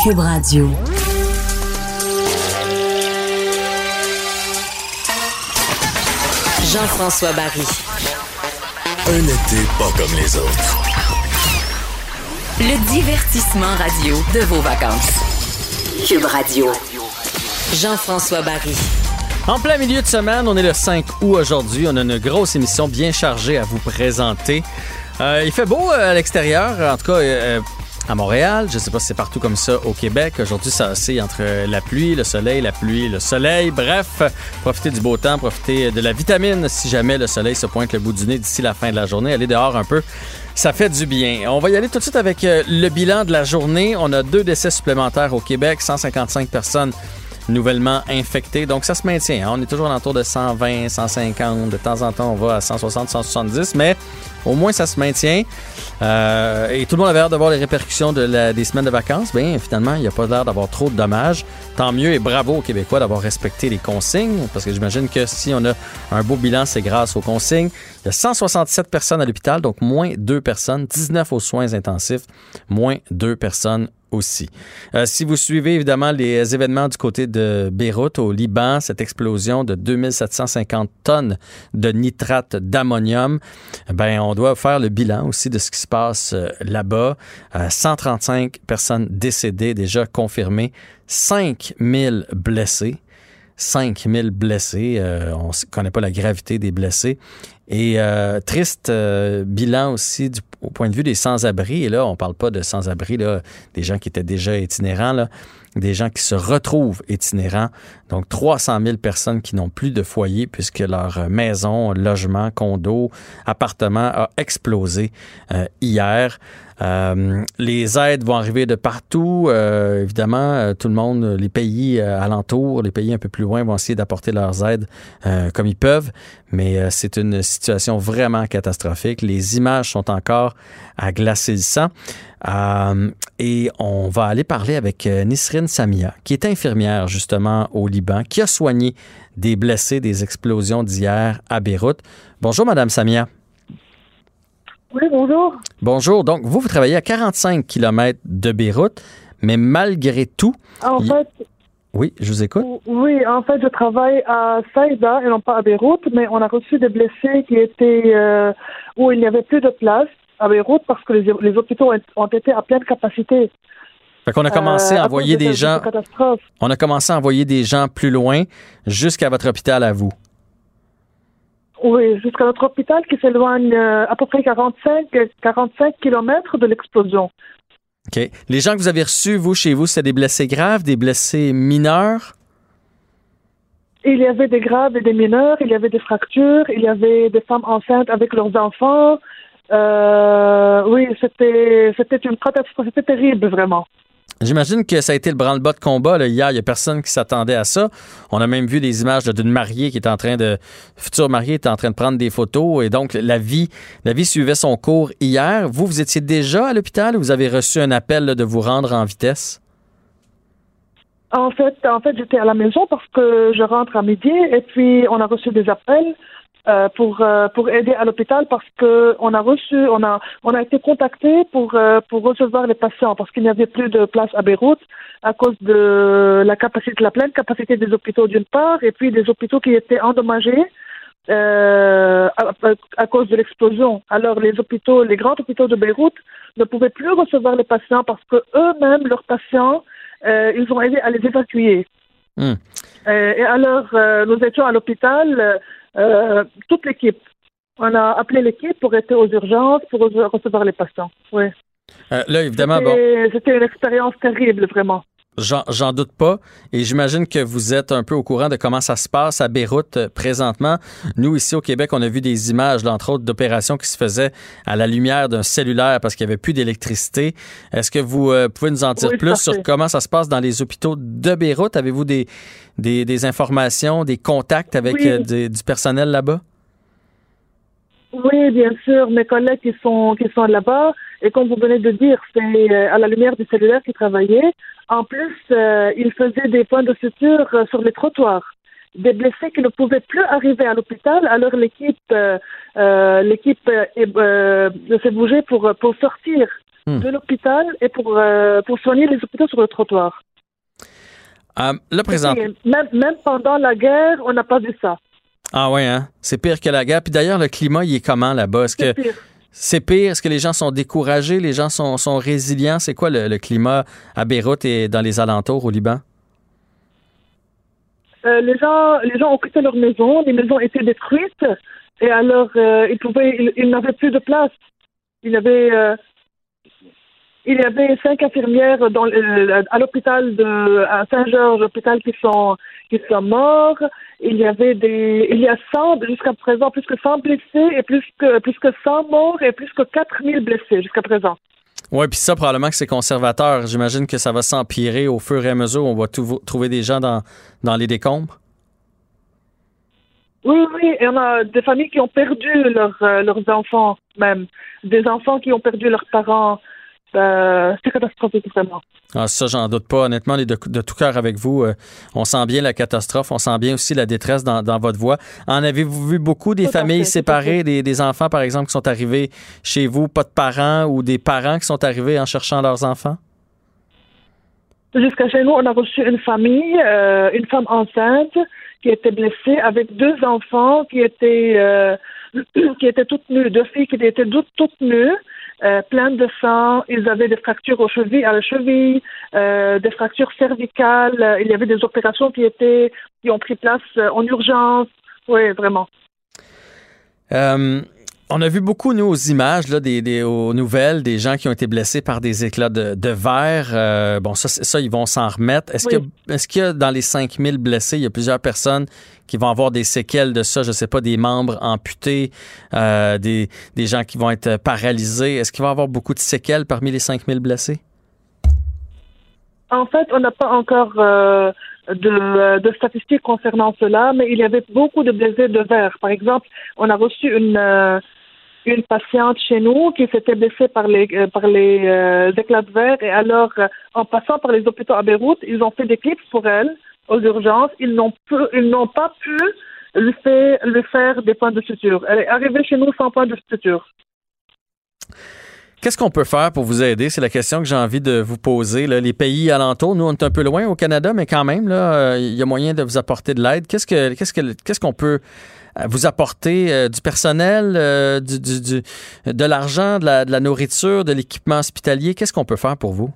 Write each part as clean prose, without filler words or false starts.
Cube Radio. Jean-François Barry. Un été pas comme les autres. Le divertissement radio de vos vacances. Cube Radio. Jean-François Barry. En plein milieu de semaine, on est le 5 août aujourd'hui. On a une grosse émission bien chargée à vous présenter. Il fait beau à l'extérieur, en tout cas à Montréal. Je ne sais pas si c'est partout comme ça au Québec. Aujourd'hui, ça oscille entre la pluie, le soleil. Bref, profitez du beau temps, profitez de la vitamine si jamais le soleil se pointe le bout du nez d'ici la fin de la journée. Allez dehors un peu, ça fait du bien. On va y aller tout de suite avec le bilan de la journée. On a 2 décès supplémentaires au Québec, 155 personnes nouvellement infectés. Donc, ça se maintient. Hein? On est toujours alentour de 120, 150. De temps en temps, on va à 160, 170. Mais au moins, ça se maintient. Et tout le monde avait l'air de voir les répercussions des semaines de vacances. Bien, finalement, il n'y a pas l'air d'avoir trop de dommages. Tant mieux et bravo aux Québécois d'avoir respecté les consignes. Parce que j'imagine que si on a un beau bilan, c'est grâce aux consignes. Il y a 167 personnes à l'hôpital, donc moins 2 personnes. 19 aux soins intensifs, moins 2 personnes aussi. Si vous suivez évidemment les événements du côté de Beyrouth au Liban, cette explosion de 2750 tonnes de nitrate d'ammonium, ben on doit faire le bilan aussi de ce qui se passe là-bas. 135 personnes décédées déjà confirmées, 5000 blessés. 5000 blessés. On ne connaît pas la gravité des blessés. Et triste bilan aussi au point de vue des sans-abri. Et là, on ne parle pas de sans-abri, là, des gens qui étaient déjà itinérants, là, des gens qui se retrouvent itinérants. Donc, 300 000 personnes qui n'ont plus de foyer puisque leur maison, logement, condo, appartement a explosé hier. Les aides vont arriver de partout. Évidemment, tout le monde, les pays alentours, les pays un peu plus loin vont essayer d'apporter leurs aides comme ils peuvent. Mais c'est une situation vraiment catastrophique. Les images sont encore à glacer le sang. Et on va aller parler avec Nisrine Samia, qui est infirmière justement au Liban, qui a soigné des blessés des explosions d'hier à Beyrouth. Bonjour, Madame Samia. Oui, bonjour. Bonjour. Donc, vous travaillez à 45 km de Beyrouth, mais malgré tout... En fait... Oui, je vous écoute. Oui, en fait, je travaille à Saïda et non pas à Beyrouth, mais on a reçu des blessés qui étaient où il n'y avait plus de place à Beyrouth parce que les hôpitaux ont été à pleine capacité. Fait qu'on a commencé à envoyer des gens... On a commencé à envoyer des gens plus loin jusqu'à votre hôpital à vous. Oui, jusqu'à notre hôpital qui s'éloigne à peu près 45 kilomètres de l'explosion. OK. Les gens que vous avez reçus, vous, chez vous, c'était des blessés graves, des blessés mineurs? Il y avait des graves et des mineurs, il y avait des fractures, il y avait des femmes enceintes avec leurs enfants. Oui, c'était une catastrophe, c'était terrible, vraiment. J'imagine que ça a été le branle-bas de combat là, hier. Il n'y a personne qui s'attendait à ça. On a même vu des images d'une mariée qui est en train de... future mariée est en train de prendre des photos. Et donc, la vie suivait son cours hier. Vous étiez déjà à l'hôpital ou vous avez reçu un appel là, de vous rendre en vitesse? En fait, j'étais à la maison parce que je rentre à midi et puis on a reçu des appels pour aider à l'hôpital parce que on a été contacté pour recevoir les patients parce qu'il n'y avait plus de place à Beyrouth à cause de la pleine capacité des hôpitaux d'une part et puis des hôpitaux qui étaient endommagés à cause de l'explosion. Alors les grands hôpitaux de Beyrouth ne pouvaient plus recevoir les patients parce que eux-mêmes leurs patients ils ont aidé à les évacuer. Et alors nous étions à l'hôpital. Toute l'équipe. On a appelé l'équipe pour être aux urgences, pour recevoir les patients. Oui. Là, évidemment, c'était une expérience terrible, vraiment. J'en doute pas. Et j'imagine que vous êtes un peu au courant de comment ça se passe à Beyrouth présentement. Nous, ici au Québec, on a vu des images, là, entre autres, d'opérations qui se faisaient à la lumière d'un cellulaire parce qu'il n'y avait plus d'électricité. Est-ce que vous pouvez nous en dire plus sur comment ça se passe dans les hôpitaux de Beyrouth? Avez-vous des informations, des contacts avec du personnel là-bas? Oui, bien sûr. Mes collègues qui sont là-bas, et comme vous venez de dire, c'est à la lumière du cellulaire qu'ils travaillaient. En plus, ils faisaient des points de suture sur les trottoirs. Des blessés qui ne pouvaient plus arriver à l'hôpital, alors l'équipe s'est bougée pour sortir de l'hôpital et pour soigner les hôpitaux sur le trottoir. Là, présent. Même pendant la guerre, on n'a pas vu ça. Ah oui, hein? C'est pire que la guerre. Puis d'ailleurs, le climat, il est comment là-bas? C'est pire. C'est pire? Est-ce que les gens sont découragés? Les gens sont résilients? C'est quoi le climat à Beyrouth et dans les alentours au Liban? Les gens ont quitté leur maison, les maisons étaient détruites et alors ils n'avaient plus de place. Il y avait 5 infirmières à l'hôpital à Saint-Georges, l'hôpital qui sont morts. Il y a 100 jusqu'à présent, plus que 100 blessés et plus que 100 morts et plus que 4000 blessés jusqu'à présent. Oui, puis ça, probablement que c'est conservateur. J'imagine que ça va s'empirer au fur et à mesure. On va trouver des gens dans les décombres. Oui, et on a des familles qui ont perdu leurs enfants, même. Des enfants qui ont perdu leurs parents. C'est catastrophique, vraiment. Ah, ça, j'en doute pas. Honnêtement, de tout cœur avec vous. On sent bien la catastrophe. On sent bien aussi la détresse dans votre voix. En avez-vous vu beaucoup des familles séparées, des enfants, par exemple, qui sont arrivés chez vous, pas de parents, ou des parents qui sont arrivés en cherchant leurs enfants? Jusqu'à chez nous, on a reçu une famille, une femme enceinte qui était blessée avec 2 enfants qui étaient toutes nues, 2 filles qui étaient toutes nues. Plein de sang, ils avaient des fractures à la cheville, des fractures cervicales, il y avait des opérations qui ont pris place en urgence. Oui, vraiment. On a vu beaucoup, nous, aux images, là, aux nouvelles, des gens qui ont été blessés par des éclats de verre. Bon, ça, ils vont s'en remettre. Est-ce qu'il y a, dans les 5000 blessés, il y a plusieurs personnes qui vont avoir des séquelles de ça? Je ne sais pas, des membres amputés, des gens qui vont être paralysés. Est-ce qu'il va y avoir beaucoup de séquelles parmi les 5000 blessés? En fait, on n'a pas encore de statistiques concernant cela, mais il y avait beaucoup de blessés de verre. Par exemple, on a reçu une patiente chez nous qui s'était blessée par les éclats de verre et alors, en passant par les hôpitaux à Beyrouth, ils ont fait des clips pour elle aux urgences. Ils n'ont pas pu lui faire des points de suture. Elle est arrivée chez nous sans point de suture. Qu'est-ce qu'on peut faire pour vous aider? C'est la question que j'ai envie de vous poser. Là. Les pays alentours, nous, on est un peu loin au Canada, mais quand même, là, il y a moyen de vous apporter de l'aide. Qu'est-ce qu'on peut vous apporter? Du personnel, de l'argent, de la nourriture, de l'équipement hospitalier? Qu'est-ce qu'on peut faire pour vous?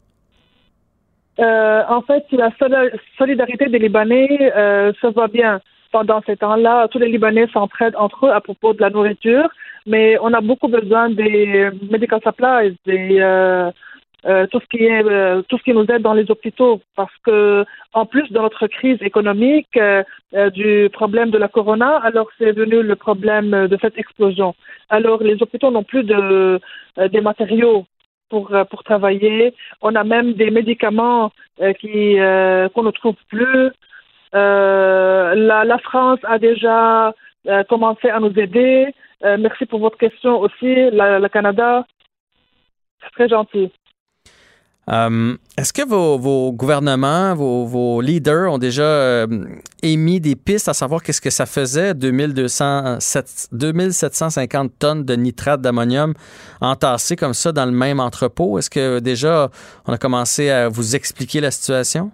En fait, la solidarité des Libanais, ça va bien. Pendant ces temps-là, tous les Libanais s'entraident entre eux à propos de la nourriture, mais on a beaucoup besoin des medical supplies, tout ce qui nous aide dans les hôpitaux, parce que en plus de notre crise économique, du problème de la corona, alors c'est venu le problème de cette explosion. Alors les hôpitaux n'ont plus des matériaux pour travailler. On a même des médicaments qu'on ne trouve plus. La France a déjà commencé à nous aider. Merci pour votre question aussi. Le Canada, c'est très gentil. Est-ce que vos gouvernements, vos leaders ont déjà émis des pistes à savoir qu'est-ce que ça faisait 2750 tonnes de nitrate d'ammonium entassées comme ça dans le même entrepôt? Est-ce que déjà on a commencé à vous expliquer la situation?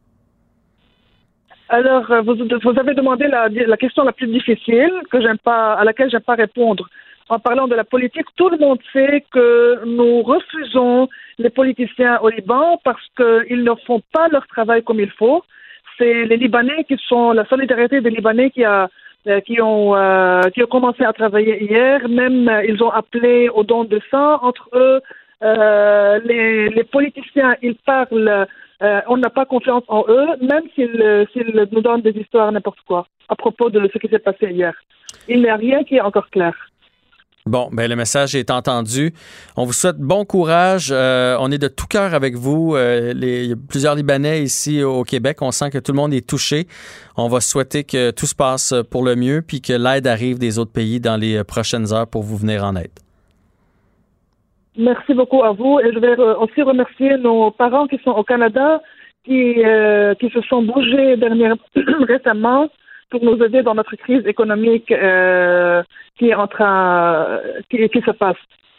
Alors, vous avez demandé la question la plus difficile à laquelle j'aime pas répondre. En parlant de la politique, tout le monde sait que nous refusons les politiciens au Liban parce qu'ils ne font pas leur travail comme il faut. C'est les Libanais la solidarité des Libanais qui ont commencé à travailler hier. Même, ils ont appelé au don de sang entre eux. Les politiciens, ils parlent, on n'a pas confiance en eux, même s'ils nous donnent des histoires n'importe quoi à propos de ce qui s'est passé hier. Il n'y a rien qui est encore clair. Bon, ben le message est entendu. On vous souhaite bon courage. On est de tout cœur avec vous. Il y a plusieurs Libanais ici au Québec. On sent que tout le monde est touché. On va souhaiter que tout se passe pour le mieux puis que l'aide arrive des autres pays dans les prochaines heures pour vous venir en aide. Merci beaucoup à vous. Et je vais aussi remercier nos parents qui sont au Canada, qui se sont bougés récemment pour nous aider dans notre crise économique qui se passe.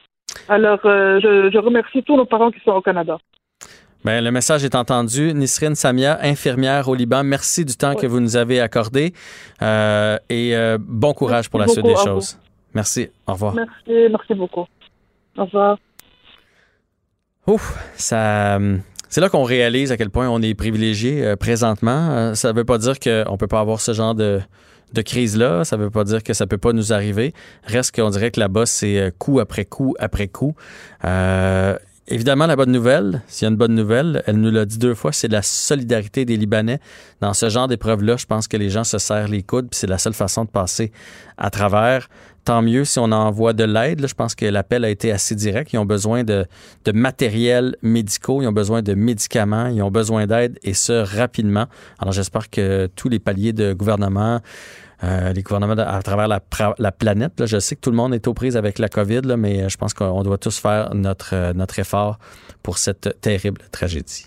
Alors, je remercie tous nos parents qui sont au Canada. Bien, le message est entendu. Nisrine Samia, infirmière au Liban, merci du temps que vous nous avez accordé et bon courage pour la suite des choses. Merci. Au revoir. Merci beaucoup. Au revoir. Ouf, c'est là qu'on réalise à quel point on est privilégié présentement. Ça ne veut pas dire qu'on ne peut pas avoir ce genre de crise-là. Ça ne veut pas dire que ça ne peut pas nous arriver. Reste qu'on dirait que là-bas, c'est coup après coup après coup. Évidemment, la bonne nouvelle, s'il y a une bonne nouvelle, elle nous l'a dit 2 fois, c'est la solidarité des Libanais. Dans ce genre d'épreuve-là, je pense que les gens se serrent les coudes, puis c'est la seule façon de passer à travers. Tant mieux si on envoie de l'aide. Là, je pense que l'appel a été assez direct. Ils ont besoin de matériel médicaux, ils ont besoin de médicaments, ils ont besoin d'aide, et ce, rapidement. Alors, j'espère que tous les paliers de gouvernement, les gouvernements à travers la planète. Là, je sais que tout le monde est aux prises avec la COVID, là, mais je pense qu'on doit tous faire notre effort pour cette terrible tragédie.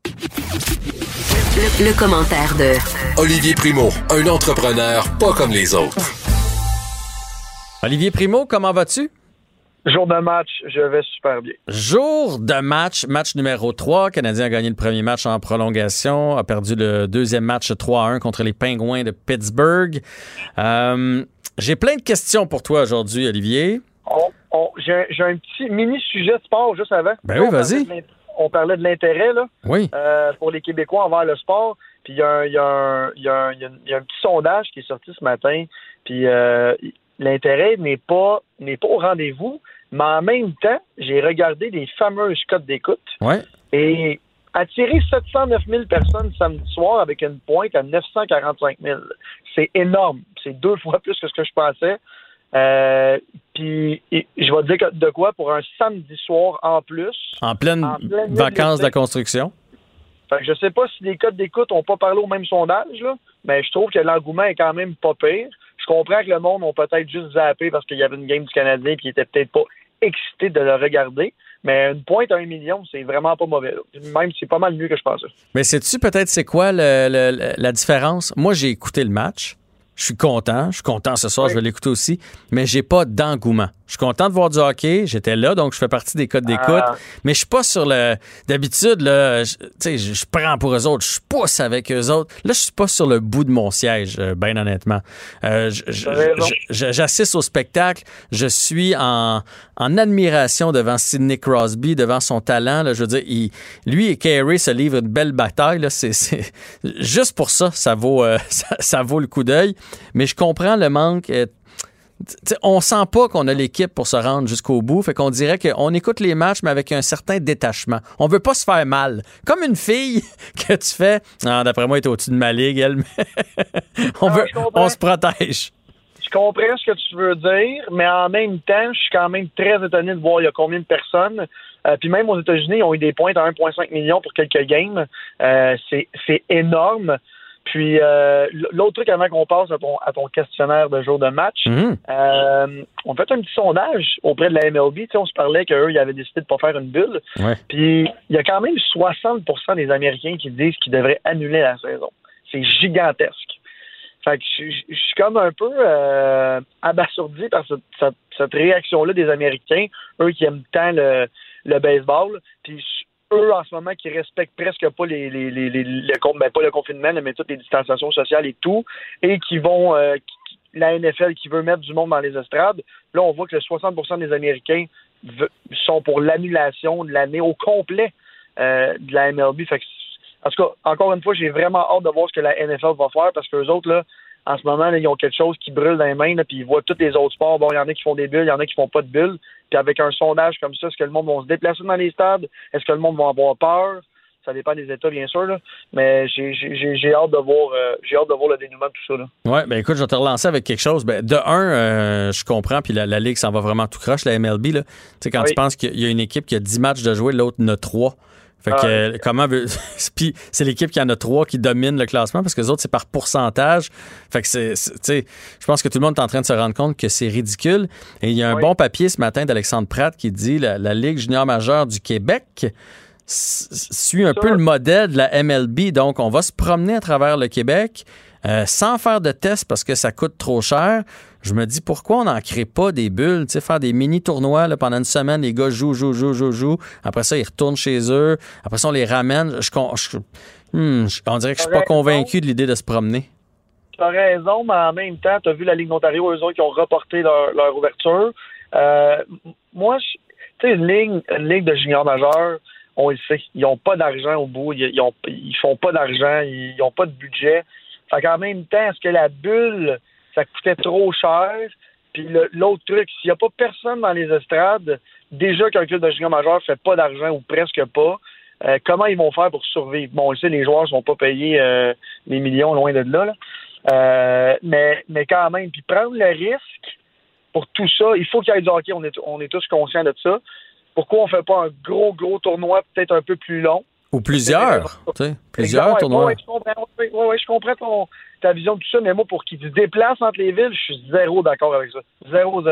Le commentaire de Olivier Primo, un entrepreneur pas comme les autres. Olivier Primo, comment vas-tu? Jour de match, je vais super bien. Jour de match numéro 3. Le Canadien a gagné le premier match en prolongation, a perdu le deuxième match 3-1 contre les Pingouins de Pittsburgh. J'ai plein de questions pour toi aujourd'hui, Olivier. J'ai un petit mini-sujet de sport juste avant. Ben oui, vas-y. On parlait de l'intérêt là, oui. Pour les Québécois envers le sport. Puis il y a un petit sondage qui est sorti ce matin. Puis l'intérêt n'est pas au rendez-vous, mais en même temps, j'ai regardé les fameuses cotes d'écoute. Ouais. Et attirer 709 000 personnes samedi soir avec une pointe à 945 000, c'est énorme. C'est 2 fois plus que ce que je pensais. Puis je vais te dire de quoi pour un samedi soir en plus. En pleine vacances de la construction. Fait que je sais pas si les codes d'écoute n'ont pas parlé au même sondage, là, mais je trouve que l'engouement est quand même pas pire. Je comprends que le monde ont peut-être juste zappé parce qu'il y avait une game du Canadien et qu'ils étaient peut-être pas excités de le regarder. Mais une pointe à 1 million, c'est vraiment pas mauvais. Même, c'est pas mal mieux que je pensais. Mais sais-tu peut-être c'est quoi la différence? Moi, j'ai écouté le match. Je suis content ce soir, oui. Je vais l'écouter aussi, mais j'ai pas d'engouement. Je suis content de voir du hockey, j'étais là, donc je fais partie des codes d'écoute, mais je suis pas sur d'habitude, là, je prends pour eux autres, je pousse avec eux autres. Là, je suis pas sur le bout de mon siège, bien honnêtement. J'assiste au spectacle, je suis en admiration devant Sidney Crosby, devant son talent. Là, je veux dire, lui et Carey se livrent une belle bataille. Là, c'est juste pour ça, ça vaut le coup d'œil. Mais je comprends le manque. On sent pas qu'on a l'équipe pour se rendre jusqu'au bout. Fait qu'on dirait qu'on écoute les matchs, mais avec un certain détachement. On veut pas se faire mal. Comme une fille que tu fais. Non, d'après moi, elle est au-dessus de ma ligue, elle. On se protège. Je comprends ce que tu veux dire, mais en même temps, je suis quand même très étonné de voir il y a combien de personnes. Puis même aux États-Unis, ils ont eu des pointes à 1,5 million pour quelques games. C'est énorme. Puis l'autre truc avant qu'on passe à ton questionnaire de jour de match, on fait un petit sondage auprès de la MLB. On se parlait qu'eux, ils avaient décidé de pas faire une bulle. Ouais. Puis il y a quand même 60% des Américains qui disent qu'ils devraient annuler la saison. C'est gigantesque. Fait que je suis comme un peu abasourdi par cette réaction-là des Américains, eux qui aiment tant le baseball. Puis eux, en ce moment, qui respectent presque pas pas le confinement, mais toutes les distanciations sociales et tout, et qui vont la NFL qui veut mettre du monde dans les estrades. Là, on voit que 60% des Américains sont pour l'annulation de l'année au complet de la MLB. Fait que, en tout cas, encore une fois, j'ai vraiment hâte de voir ce que la NFL va faire parce qu'eux autres, là, en ce moment, là, ils ont quelque chose qui brûle dans les mains, là, puis ils voient tous les autres sports. Bon, il y en a qui font des bulles, il y en a qui font pas de bulles. Puis avec un sondage comme ça, est-ce que le monde va se déplacer dans les stades? Est-ce que le monde va avoir peur? Ça dépend des États, bien sûr, là. Mais j'ai hâte de voir le dénouement de tout ça, là. Ouais, ben écoute, je vais te relancer avec quelque chose. Ben, de un, je comprends, puis la Ligue s'en va vraiment tout croche, la MLB, là. Tu sais, quand tu penses qu'il y a une équipe qui a 10 matchs de jouer, l'autre en a 3. Fait que comment puis c'est l'équipe qui en a 3 qui domine le classement parce que les autres c'est par pourcentage. Fait que tu sais, je pense que tout le monde est en train de se rendre compte que c'est ridicule. Et il y a un bon papier ce matin d'Alexandre Pratt qui dit la Ligue junior majeure du Québec suit un peu le modèle de la MLB. Donc on va se promener à travers le Québec sans faire de tests parce que ça coûte trop cher. je me dis pourquoi on n'en crée pas des bulles, tu sais, faire des mini-tournois là, pendant une semaine, les gars jouent. Après ça, ils retournent chez eux. Après ça, on les ramène. On dirait que je suis pas convaincu de l'idée de se promener. Tu as raison, mais en même temps, tu as vu la Ligue d'Ontario, eux autres qui ont reporté leur ouverture. Moi, tu sais, une ligue de juniors majeurs, on le sait, ils n'ont pas d'argent au bout, ils font pas d'argent, ils n'ont pas de budget. Fait qu'en même temps, est-ce que la bulle, ça coûtait trop cher? Puis l'autre truc, s'il n'y a pas personne dans les estrades, déjà qu'un club de juniors majeurs ne fait pas d'argent ou presque pas, comment ils vont faire pour survivre? Bon, on le sait, les joueurs ne sont pas payés des millions loin de là. Mais quand même, puis prendre le risque pour tout ça, il faut qu'il y ait du hockey, on est tous conscients de ça. Pourquoi on ne fait pas un gros tournoi peut-être un peu plus long? Ou plusieurs, tu sais, plusieurs tournois. Oui, je comprends ta vision de tout ça, mais moi, pour qu'ils se déplacent entre les villes, je suis zéro d'accord avec ça. Zéro.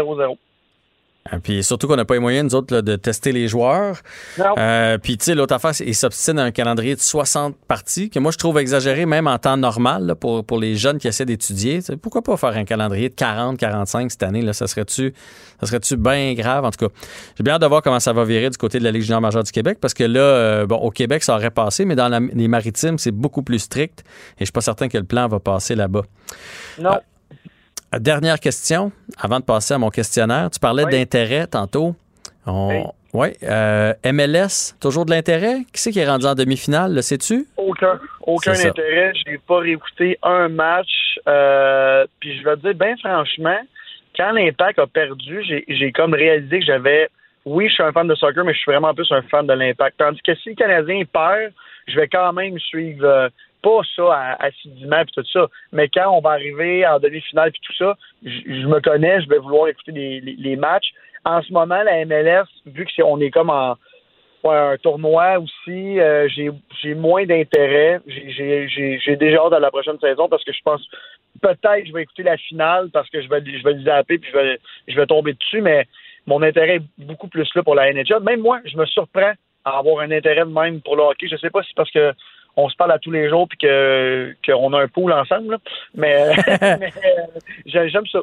Puis surtout qu'on n'a pas les moyens, nous autres, là, de tester les joueurs. Puis, tu sais, l'autre affaire, c'est qu'ils s'obstinent à un calendrier de 60 parties, que moi, je trouve exagéré, même en temps normal, là, pour les jeunes qui essaient d'étudier. T'sais, pourquoi pas faire un calendrier de 40-45 cette année? Là, ça serait-tu bien grave? En tout cas, j'ai bien hâte de voir comment ça va virer du côté de la Ligue junior majeure du Québec, parce que là, au Québec, ça aurait passé, mais dans les Maritimes, c'est beaucoup plus strict, et je suis pas certain que le plan va passer là-bas. Non. Dernière question, avant de passer à mon questionnaire. Tu parlais d'intérêt tantôt. Oui. MLS, toujours de l'intérêt? Qui c'est qui est rendu en demi-finale, le sais-tu? Aucun intérêt. Je n'ai pas réécouté un match. Puis je vais te dire, bien franchement, quand l'Impact a perdu, j'ai comme réalisé que je suis un fan de soccer, mais je suis vraiment plus un fan de l'Impact. Tandis que si le Canadien perd, je vais quand même suivre... pas ça assidûment puis tout ça, mais quand on va arriver en demi-finale puis tout ça, je me connais, je vais vouloir écouter les matchs. En ce moment, la MLS, vu que on est comme en un tournoi aussi, j'ai moins d'intérêt. J'ai déjà hâte à la prochaine saison parce que je pense peut-être je vais écouter la finale parce que je vais le zapper puis je vais tomber dessus, mais mon intérêt est beaucoup plus là pour la NHL. Même moi, je me surprends à avoir un intérêt de même pour le hockey. Je sais pas si c'est parce que on se parle à tous les jours puis qu'on a un pool ensemble, là. Mais j'aime ça.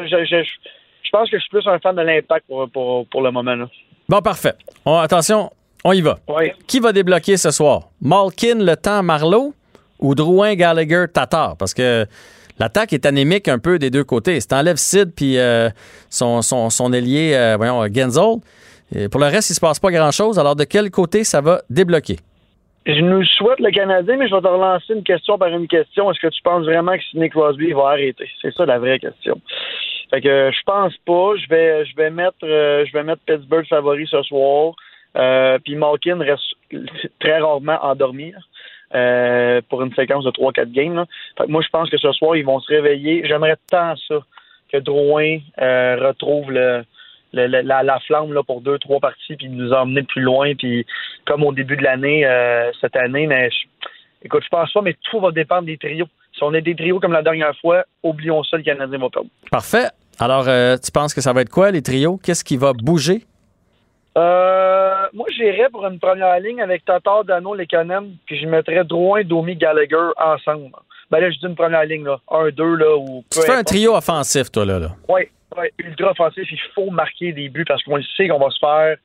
Je pense que je suis plus un fan de l'Impact pour le moment, là. Bon, parfait. Attention, on y va. Oui. Qui va débloquer ce soir? Malkin, Le Temps, Marleau ou Drouin, Gallagher, Tatar? Parce que l'attaque est anémique un peu des deux côtés. Si t'enlèves Sid puis son ailier, Genzel, pour le reste, il se passe pas grand-chose. Alors, de quel côté ça va débloquer? Je nous souhaite le Canadien, mais je vais te relancer une question par une question. Est-ce que tu penses vraiment que Sidney Crosby va arrêter? C'est ça la vraie question. Fait que je pense pas. Je vais mettre Pittsburgh favori ce soir. Puis Malkin reste très rarement endormi pour une séquence de 3-4 games. Là. Fait que moi, je pense que ce soir, ils vont se réveiller. J'aimerais tant ça que Drouin retrouve la flamme là, pour 2-3 parties puis nous emmener plus loin puis comme au début de l'année cette année, mais écoute, je pense pas, mais tout va dépendre des trios. Si on a des trios comme la dernière fois, oublions ça, le Canadien va perdre. Parfait. Alors, tu penses que ça va être quoi, les trios? Qu'est-ce qui va bouger? Moi, j'irais pour une première ligne avec Tatar, Dano, Lekonen, puis je mettrais Drouin, Domi, Gallagher ensemble. Ben là, je dis une première ligne, là. 1-2, là, ou... Tu fais un trio offensif, toi, là. Oui, ultra offensif. Il faut marquer des buts parce qu'on le sait qu'on va se faire...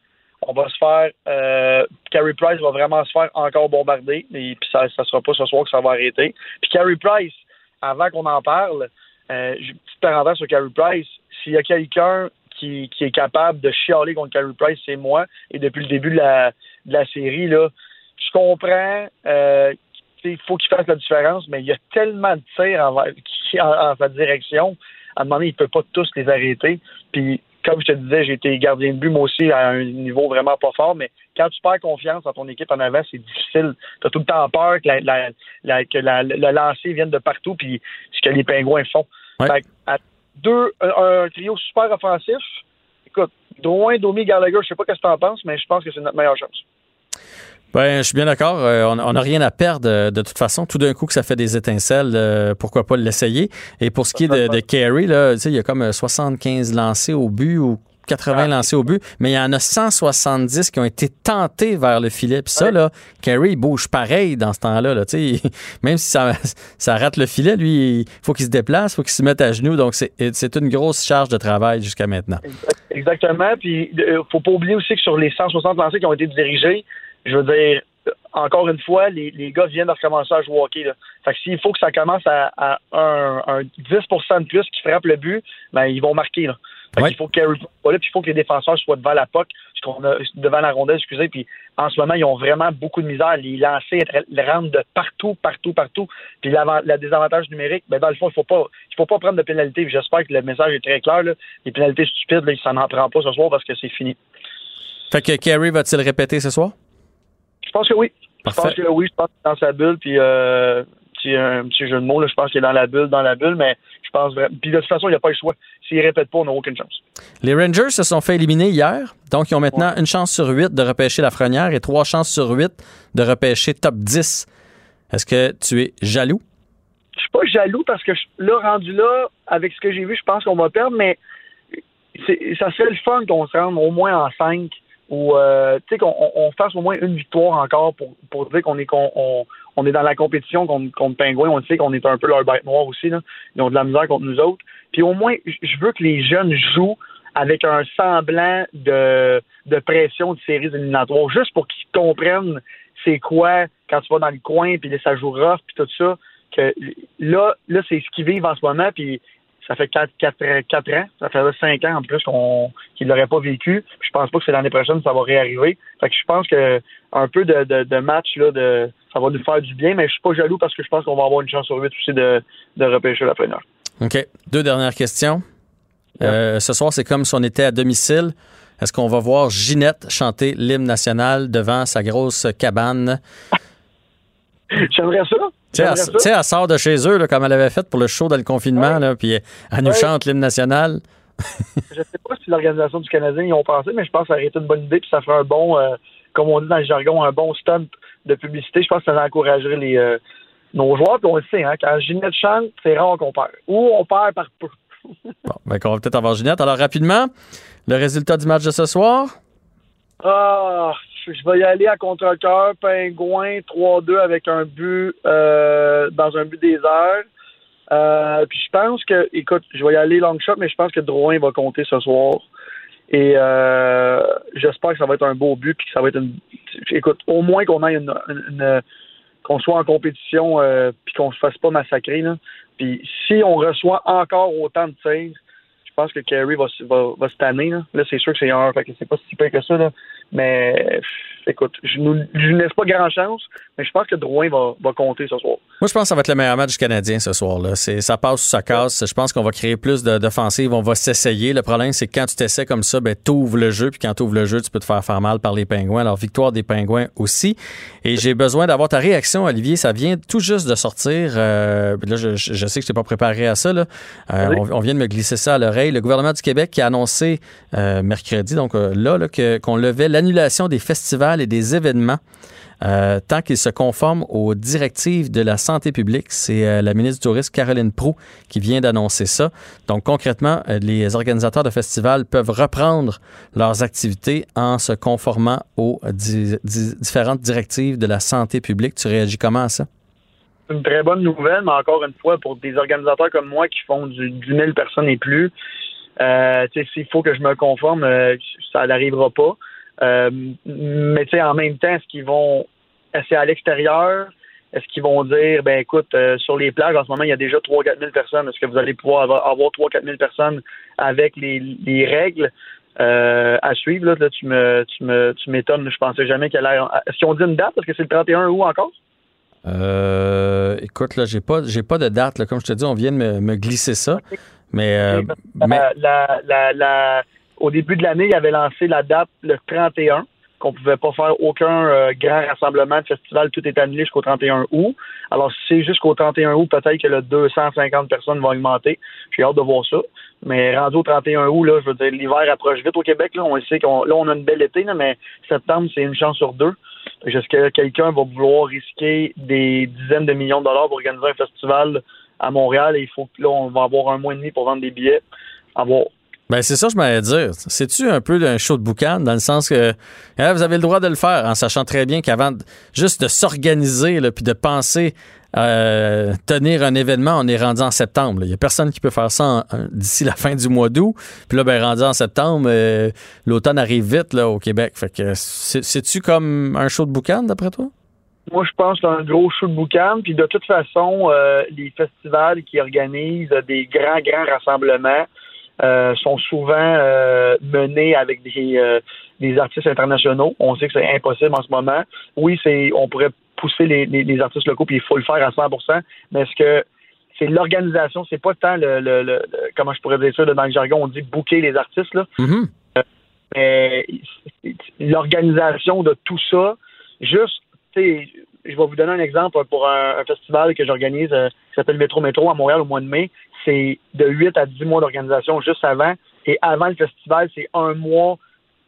Carey Price va vraiment se faire encore bombarder. Et puis ça sera pas ce soir que ça va arrêter. Puis Carey Price, avant qu'on en parle, petite parenthèse sur Carey Price, s'il y a quelqu'un qui est capable de chialer contre Carey Price, c'est moi. Et depuis le début de la série, là, je comprends il faut qu'il fasse la différence, mais il y a tellement de tirs en sa direction. À un moment donné, il ne peut pas tous les arrêter. Puis, comme je te disais, j'ai été gardien de but, moi aussi, à un niveau vraiment pas fort, mais quand tu perds confiance dans ton équipe en avant, c'est difficile. Tu as tout le temps peur que le lancer vienne de partout, puis ce que les Pingouins font. Ouais. Fait un trio super offensif. Écoute, Drouin, Domi, Gallagher, je sais pas ce que tu en penses, mais je pense que c'est notre meilleure chance. Ben, je suis bien d'accord. On n'a rien à perdre de toute façon. Tout d'un coup que ça fait des étincelles, pourquoi pas l'essayer. Et pour ce qui est de Carey, là, il y a comme 75 lancés au but ou 80 lancés au but, mais il y en a 170 qui ont été tentés vers le filet. Puis ça, là, Carey, il bouge pareil dans ce temps-là. Là, même si ça rate le filet, lui, il faut qu'il se déplace, il faut qu'il se mette à genoux. Donc, c'est une grosse charge de travail jusqu'à maintenant. Exactement. Puis, faut pas oublier aussi que sur les 160 lancés qui ont été dirigés, je veux dire, encore une fois, les gars viennent de recommencer à jouer au hockey. Là. Fait que s'il faut que ça commence à un 10% de plus qui frappe le but, ben ils vont marquer. Là. Fait qu'il faut que Carey soit là, puis il faut que les défenseurs soient devant la puck, devant la rondelle, puis en ce moment, ils ont vraiment beaucoup de misère. Les lancers rentrent de partout. Puis la désavantage numérique, ben dans le fond, il faut pas prendre de pénalité. Puis j'espère que le message est très clair. Là. Les pénalités stupides, là, ça n'en prend pas ce soir parce que c'est fini. Fait que Carey va-t-il répéter ce soir? Je pense que oui. Parfait. Je pense que oui, je pense qu'il est dans sa bulle, puis un petit jeu de mots, là, je pense qu'il est dans la bulle, mais je pense vraiment. Puis de toute façon, il n'y a pas le choix. S'il ne répète pas, on n'a aucune chance. Les Rangers se sont fait éliminer hier, donc ils ont maintenant une chance sur 8 de repêcher Lafrenière et 3 chances sur 8 de repêcher top 10. Est-ce que tu es jaloux? Je suis pas jaloux parce que là, rendu là, avec ce que j'ai vu, je pense qu'on va perdre, mais ça serait le fun qu'on se rende au moins en 5. Ou qu'on fasse au moins une victoire encore pour dire qu'on est dans la compétition contre Pingouins. On sait qu'on est un peu leur bête noire aussi. Là. Ils ont de la misère contre nous autres. Puis au moins, je veux que les jeunes jouent avec un semblant de pression de séries éliminatoires, juste pour qu'ils comprennent c'est quoi quand tu vas dans le coin, puis ça joue rough, puis tout ça. Que là c'est ce qu'ils vivent en ce moment, puis ça fait 4 ans, ça fait 5 ans en plus qu'ils ne l'auraient pas vécu. Je pense pas que c'est l'année prochaine ça va réarriver. Fait que je pense que un peu de match là, ça va nous faire du bien, mais je suis pas jaloux parce que je pense qu'on va avoir une chance sur 8 aussi de repêcher la première. OK. 2 dernières questions. Ce soir, c'est comme si on était à domicile. Est-ce qu'on va voir Ginette chanter l'hymne national devant sa grosse cabane? J'aimerais ça. Tu sais, elle sort de chez eux, là, comme elle avait fait pour le show dans le confinement, là, puis elle nous chante l'hymne national. Je sais pas si l'organisation du Canadien y ont pensé, mais je pense que ça aurait été une bonne idée, puis ça ferait un bon, comme on dit dans le jargon, un bon stunt de publicité. Je pense que ça encouragerait nos joueurs, puis on le sait, hein, quand Ginette chante, c'est rare qu'on perd. Ou on perd par peu. Bon, ben qu'on va peut-être avoir Ginette. Alors, rapidement, le résultat du match de ce soir? Je vais y aller à contre-cœur. Pingouin 3-2 avec un but dans un but des airs. Puis je pense que, écoute, je vais y aller long shot, mais je pense que Drouin va compter ce soir. Et j'espère que ça va être un beau but, puis que ça va être écoute, au moins qu'on ait qu'on soit en compétition, puis qu'on se fasse pas massacrer, là. Puis si on reçoit encore autant de tirs, je pense que Carey va se tanner. Là, c'est sûr que c'est un, fait que c'est pas si pire que ça, là. Mais écoute, je ne laisse pas grand chance, mais je pense que Drouin va compter ce soir. Moi, je pense que ça va être le meilleur match du Canadien ce soir-là. Ça passe ou ça casse. Je pense qu'on va créer plus d'offensives. On va s'essayer. Le problème, c'est que quand tu t'essaies comme ça, ben, t'ouvres le jeu. Puis quand t'ouvres le jeu, tu peux te faire mal par les Pingouins. Alors, victoire des Pingouins aussi. Et j'ai besoin d'avoir ta réaction, Olivier. Ça vient tout juste de sortir. Là, je sais que je t'ai pas préparé à ça. Là. On vient de me glisser ça à l'oreille. Le gouvernement du Québec qui a annoncé mercredi, donc qu'on levait l'annulation des festivals et des événements tant qu'ils se conforment aux directives de la santé publique. C'est la ministre du Tourisme, Caroline Proulx, qui vient d'annoncer ça. Donc, concrètement, les organisateurs de festivals peuvent reprendre leurs activités en se conformant aux différentes directives de la santé publique. Tu réagis comment à ça? Une très bonne nouvelle, mais encore une fois, pour des organisateurs comme moi qui font du 10 000 personnes et plus, s'il faut que je me conforme, ça n'arrivera pas. Mais tu sais, en même temps, est-ce à l'extérieur? Est-ce qu'ils vont dire, ben écoute, sur les plages, en ce moment, il y a déjà 3-4 000 personnes. Est-ce que vous allez pouvoir avoir 3-4 000 personnes avec les règles à suivre? Là, tu m'étonnes. Je pensais jamais qu'elle allait. Est-ce qu'ils ont dit une date? Est-ce que c'est le 31 août encore? Écoute, là, j'ai pas de date. Là. Comme je te dis, on vient de me glisser ça. Mais au début de l'année, il avait lancé la date le 31, qu'on pouvait pas faire aucun grand rassemblement de festival. Tout est annulé jusqu'au 31 août. Alors, si c'est jusqu'au 31 août, peut-être que le 250 personnes vont augmenter. J'ai hâte de voir ça. Mais rendu au 31 août, là, je veux dire, l'hiver approche vite au Québec. Là, on le sait on a une belle été, là, mais septembre, c'est une chance sur 2. Est-ce que quelqu'un va vouloir risquer des dizaines de millions de dollars pour organiser un festival à Montréal? Et il faut que là, on va avoir un mois et demi pour vendre des billets. Ben c'est ça, je m'allais dire. C'est-tu un peu un show de boucan, dans le sens que vous avez le droit de le faire, en sachant très bien qu'avant juste de s'organiser puis de penser tenir un événement, on est rendu en septembre. Il n'y a personne qui peut faire ça d'ici la fin du mois d'août. Puis là, rendu en septembre, l'automne arrive vite là, au Québec. Fait que c'est-tu comme un show de boucan, d'après toi? Moi, je pense que c'est un gros show de boucan. Puis de toute façon, les festivals qui organisent des grands rassemblements sont souvent menés avec des artistes internationaux. On sait que c'est impossible en ce moment. Oui, on pourrait pousser les artistes locaux, puis il faut le faire à 100%, mais est-ce que c'est l'organisation, c'est pas tant le comment je pourrais dire ça, dans le jargon, on dit booker les artistes, là. Mm-hmm. Mais l'organisation de tout ça, juste, tu sais, je vais vous donner un exemple pour un festival que j'organise qui s'appelle Métro à Montréal au mois de mai. C'est de 8 à 10 mois d'organisation juste avant, et avant le festival, c'est un mois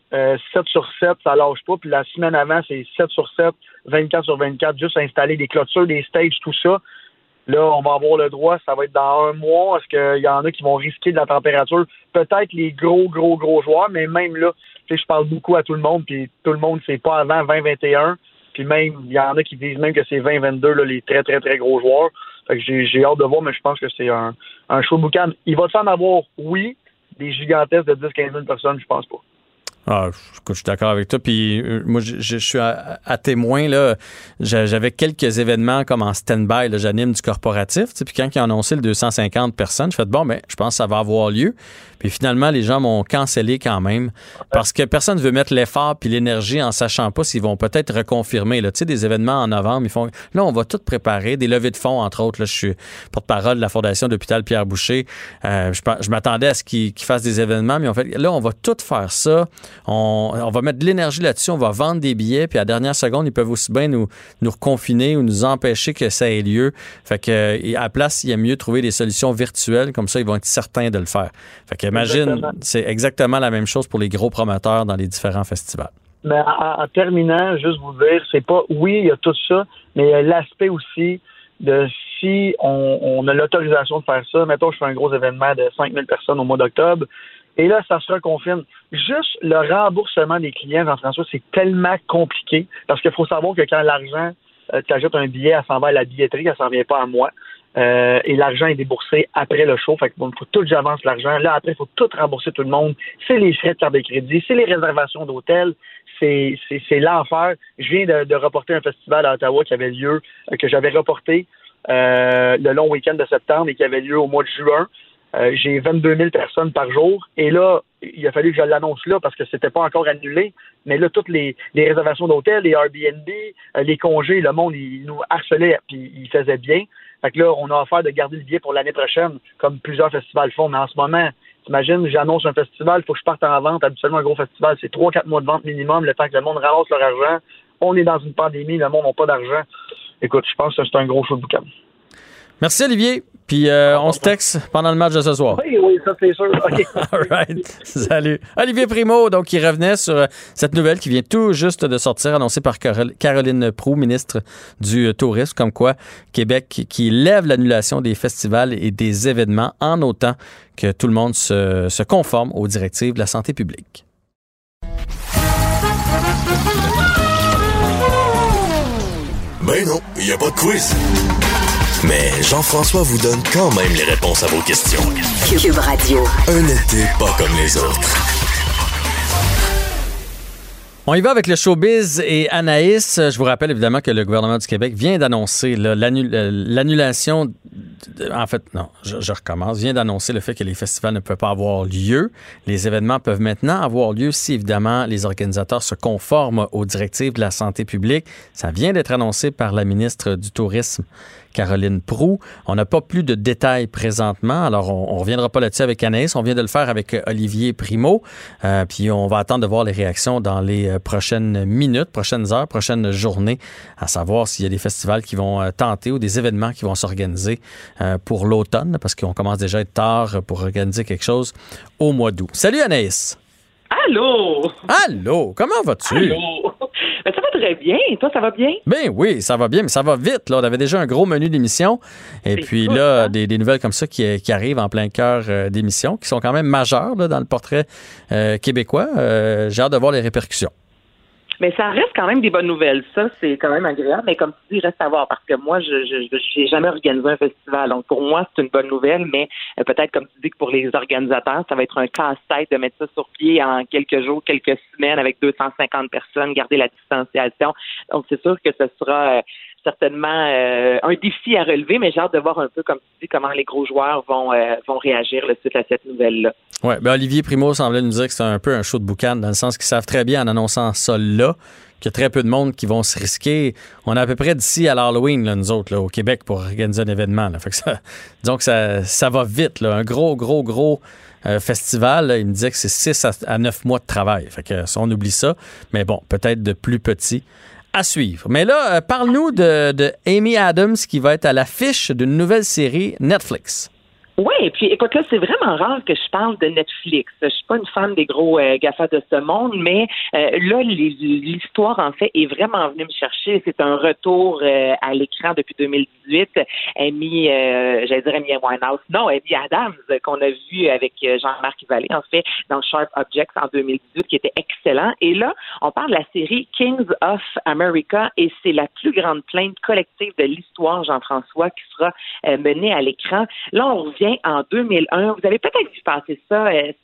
7 sur 7, ça lâche pas. Puis la semaine avant, c'est 7 sur 7, 24 sur 24, juste installer des clôtures, des stages, tout ça. Là, on va avoir le droit, ça va être dans un mois. Est-ce qu'il y en a qui vont risquer de la température? Peut-être les gros joueurs, mais même là, tu sais, je parle beaucoup à tout le monde, puis tout le monde, c'est pas avant 2021. Puis même, il y en a qui disent même que c'est 2022, là, les très, très, très gros joueurs. Fait que j'ai hâte de voir, mais je pense que c'est un show de boucan. Il va en avoir, oui, des gigantesques de 10-15 000 personnes, je pense pas. Ah, je suis d'accord avec toi. Puis moi, je suis à témoin. Là, j'avais quelques événements comme en stand-by. Là, j'anime du corporatif. Puis quand ils ont annoncé le 250 personnes, je fais je pense que ça va avoir lieu. Puis finalement, les gens m'ont cancellé quand même parce que personne ne veut mettre l'effort puis l'énergie en sachant pas s'ils vont peut-être reconfirmer. Là, tu sais, des événements en novembre, ils font. Là, on va tout préparer, des levées de fonds entre autres. Là, je suis porte-parole de la Fondation d'Hôpital Pierre Boucher. Je m'attendais à ce qu'ils fassent des événements, mais en fait, là, on va tout faire ça. On va mettre de l'énergie là-dessus, on va vendre des billets, puis à la dernière seconde, ils peuvent aussi bien nous reconfiner ou nous empêcher que ça ait lieu. Fait que à la place, il y a mieux trouver des solutions virtuelles, comme ça, ils vont être certains de le faire. Fait que imagine, c'est exactement la même chose pour les gros promoteurs dans les différents festivals. Mais en terminant, juste vous dire, c'est pas, oui, il y a tout ça, mais il y a l'aspect aussi de si on a l'autorisation de faire ça. Mettons, je fais un gros événement de 5000 personnes au mois d'octobre, et là, ça se reconfine. Juste le remboursement des clients, Jean-François, c'est tellement compliqué, parce qu'il faut savoir que quand l'argent, tu ajoutes un billet, elle s'en va à la billetterie, elle s'en vient pas à moi. Et l'argent est déboursé après le show. Fait que faut tout que j'avance l'argent. Là, après, il faut tout rembourser tout le monde. C'est les frais de carte de crédit, c'est les réservations d'hôtel. C'est l'enfer. Je viens de reporter un festival à Ottawa qui avait lieu, que j'avais reporté le long week-end de septembre et qui avait lieu au mois de juin. J'ai 22 000 personnes par jour. Et là, il a fallu que je l'annonce là parce que c'était pas encore annulé. Mais là, toutes les réservations d'hôtel, les Airbnb, les congés, le monde, il nous harcelait puis il faisait bien. Fait que là, on a offert de garder le billet pour l'année prochaine, comme plusieurs festivals font. Mais en ce moment, t'imagines, j'annonce un festival, il faut que je parte en vente. Habituellement, un gros festival, c'est 3-4 mois de vente minimum, le temps que le monde ramasse leur argent. On est dans une pandémie, le monde n'a pas d'argent. Écoute, je pense que c'est un gros show de boucan. Merci, Olivier. Puis on se texte pendant le match de ce soir. Oui, ça c'est sûr. OK. All right. Salut. Olivier Primo, donc, qui revenait sur cette nouvelle qui vient tout juste de sortir, annoncée par Caroline Proulx, ministre du Tourisme, comme quoi Québec qui lève l'annulation des festivals et des événements en autant que tout le monde se conforme aux directives de la santé publique. Ben non, il n'y a pas de quiz. Mais Jean-François vous donne quand même les réponses à vos questions. Cube Radio. Un été pas comme les autres. On y va avec le showbiz et Anaïs. Je vous rappelle évidemment que le gouvernement du Québec vient d'annoncer l'annulation. En fait, non, je recommence. Vient d'annoncer le fait que les festivals ne peuvent pas avoir lieu. Les événements peuvent maintenant avoir lieu si, évidemment, les organisateurs se conforment aux directives de la santé publique. Ça vient d'être annoncé par la ministre du Tourisme, Caroline Proulx. On n'a pas plus de détails présentement, alors on ne reviendra pas là-dessus avec Anaïs. On vient de le faire avec Olivier Primo. Puis on va attendre de voir les réactions dans les prochaines minutes, prochaines heures, prochaines journées, à savoir s'il y a des festivals qui vont tenter ou des événements qui vont s'organiser pour l'automne, parce qu'on commence déjà à être tard pour organiser quelque chose au mois d'août. Salut Anaïs! Allô? Allô! Comment vas-tu? Allô? Ben, ça va très bien. Toi, ça va bien? Ben oui, ça va bien, mais ça va vite. Là. On avait déjà un gros menu d'émission. Et puis cool, là, des nouvelles comme ça qui arrivent en plein cœur d'émission, qui sont quand même majeures là, dans le portrait québécois. J'ai hâte de voir les répercussions. Mais ça reste quand même des bonnes nouvelles. Ça, c'est quand même agréable. Mais comme tu dis, reste à voir parce que moi, je n'ai jamais organisé un festival. Donc, pour moi, c'est une bonne nouvelle. Mais peut-être, comme tu dis, que pour les organisateurs, ça va être un casse-tête de mettre ça sur pied en quelques jours, quelques semaines avec 250 personnes, garder la distanciation. Donc, c'est sûr que ce sera certainement un défi à relever, mais j'ai hâte de voir un peu, comme tu dis, comment les gros joueurs vont réagir là, suite à cette nouvelle-là. Oui, ben Olivier Primo semblait nous dire que c'est un peu un show de boucan, dans le sens qu'ils savent très bien, en annonçant ça là, qu'il y a très peu de monde qui vont se risquer. On est à peu près d'ici à l'Halloween, là, nous autres, là, au Québec, pour organiser un événement. Là. Fait que disons que ça va vite. Là. Un gros festival, là, il me disait que c'est 6 à 9 mois de travail. Fait que ça, on oublie ça. Mais bon, peut-être de plus petit. À suivre. Mais là, parle-nous de Amy Adams qui va être à l'affiche d'une nouvelle série Netflix. Oui, et puis écoute, là, c'est vraiment rare que je parle de Netflix. Je suis pas une fan des gros GAFA de ce monde, mais là, l'histoire, en fait, est vraiment venue me chercher. C'est un retour à l'écran depuis 2018. Amy Winehouse, non, Amy Adams, qu'on a vu avec Jean-Marc Vallée, en fait, dans Sharp Objects en 2018, qui était excellent. Et là, on parle de la série Kings of America, et c'est la plus grande plainte collective de l'histoire, Jean-François, qui sera menée à l'écran. Là, on revient en 2001. Vous avez peut-être vu passer ça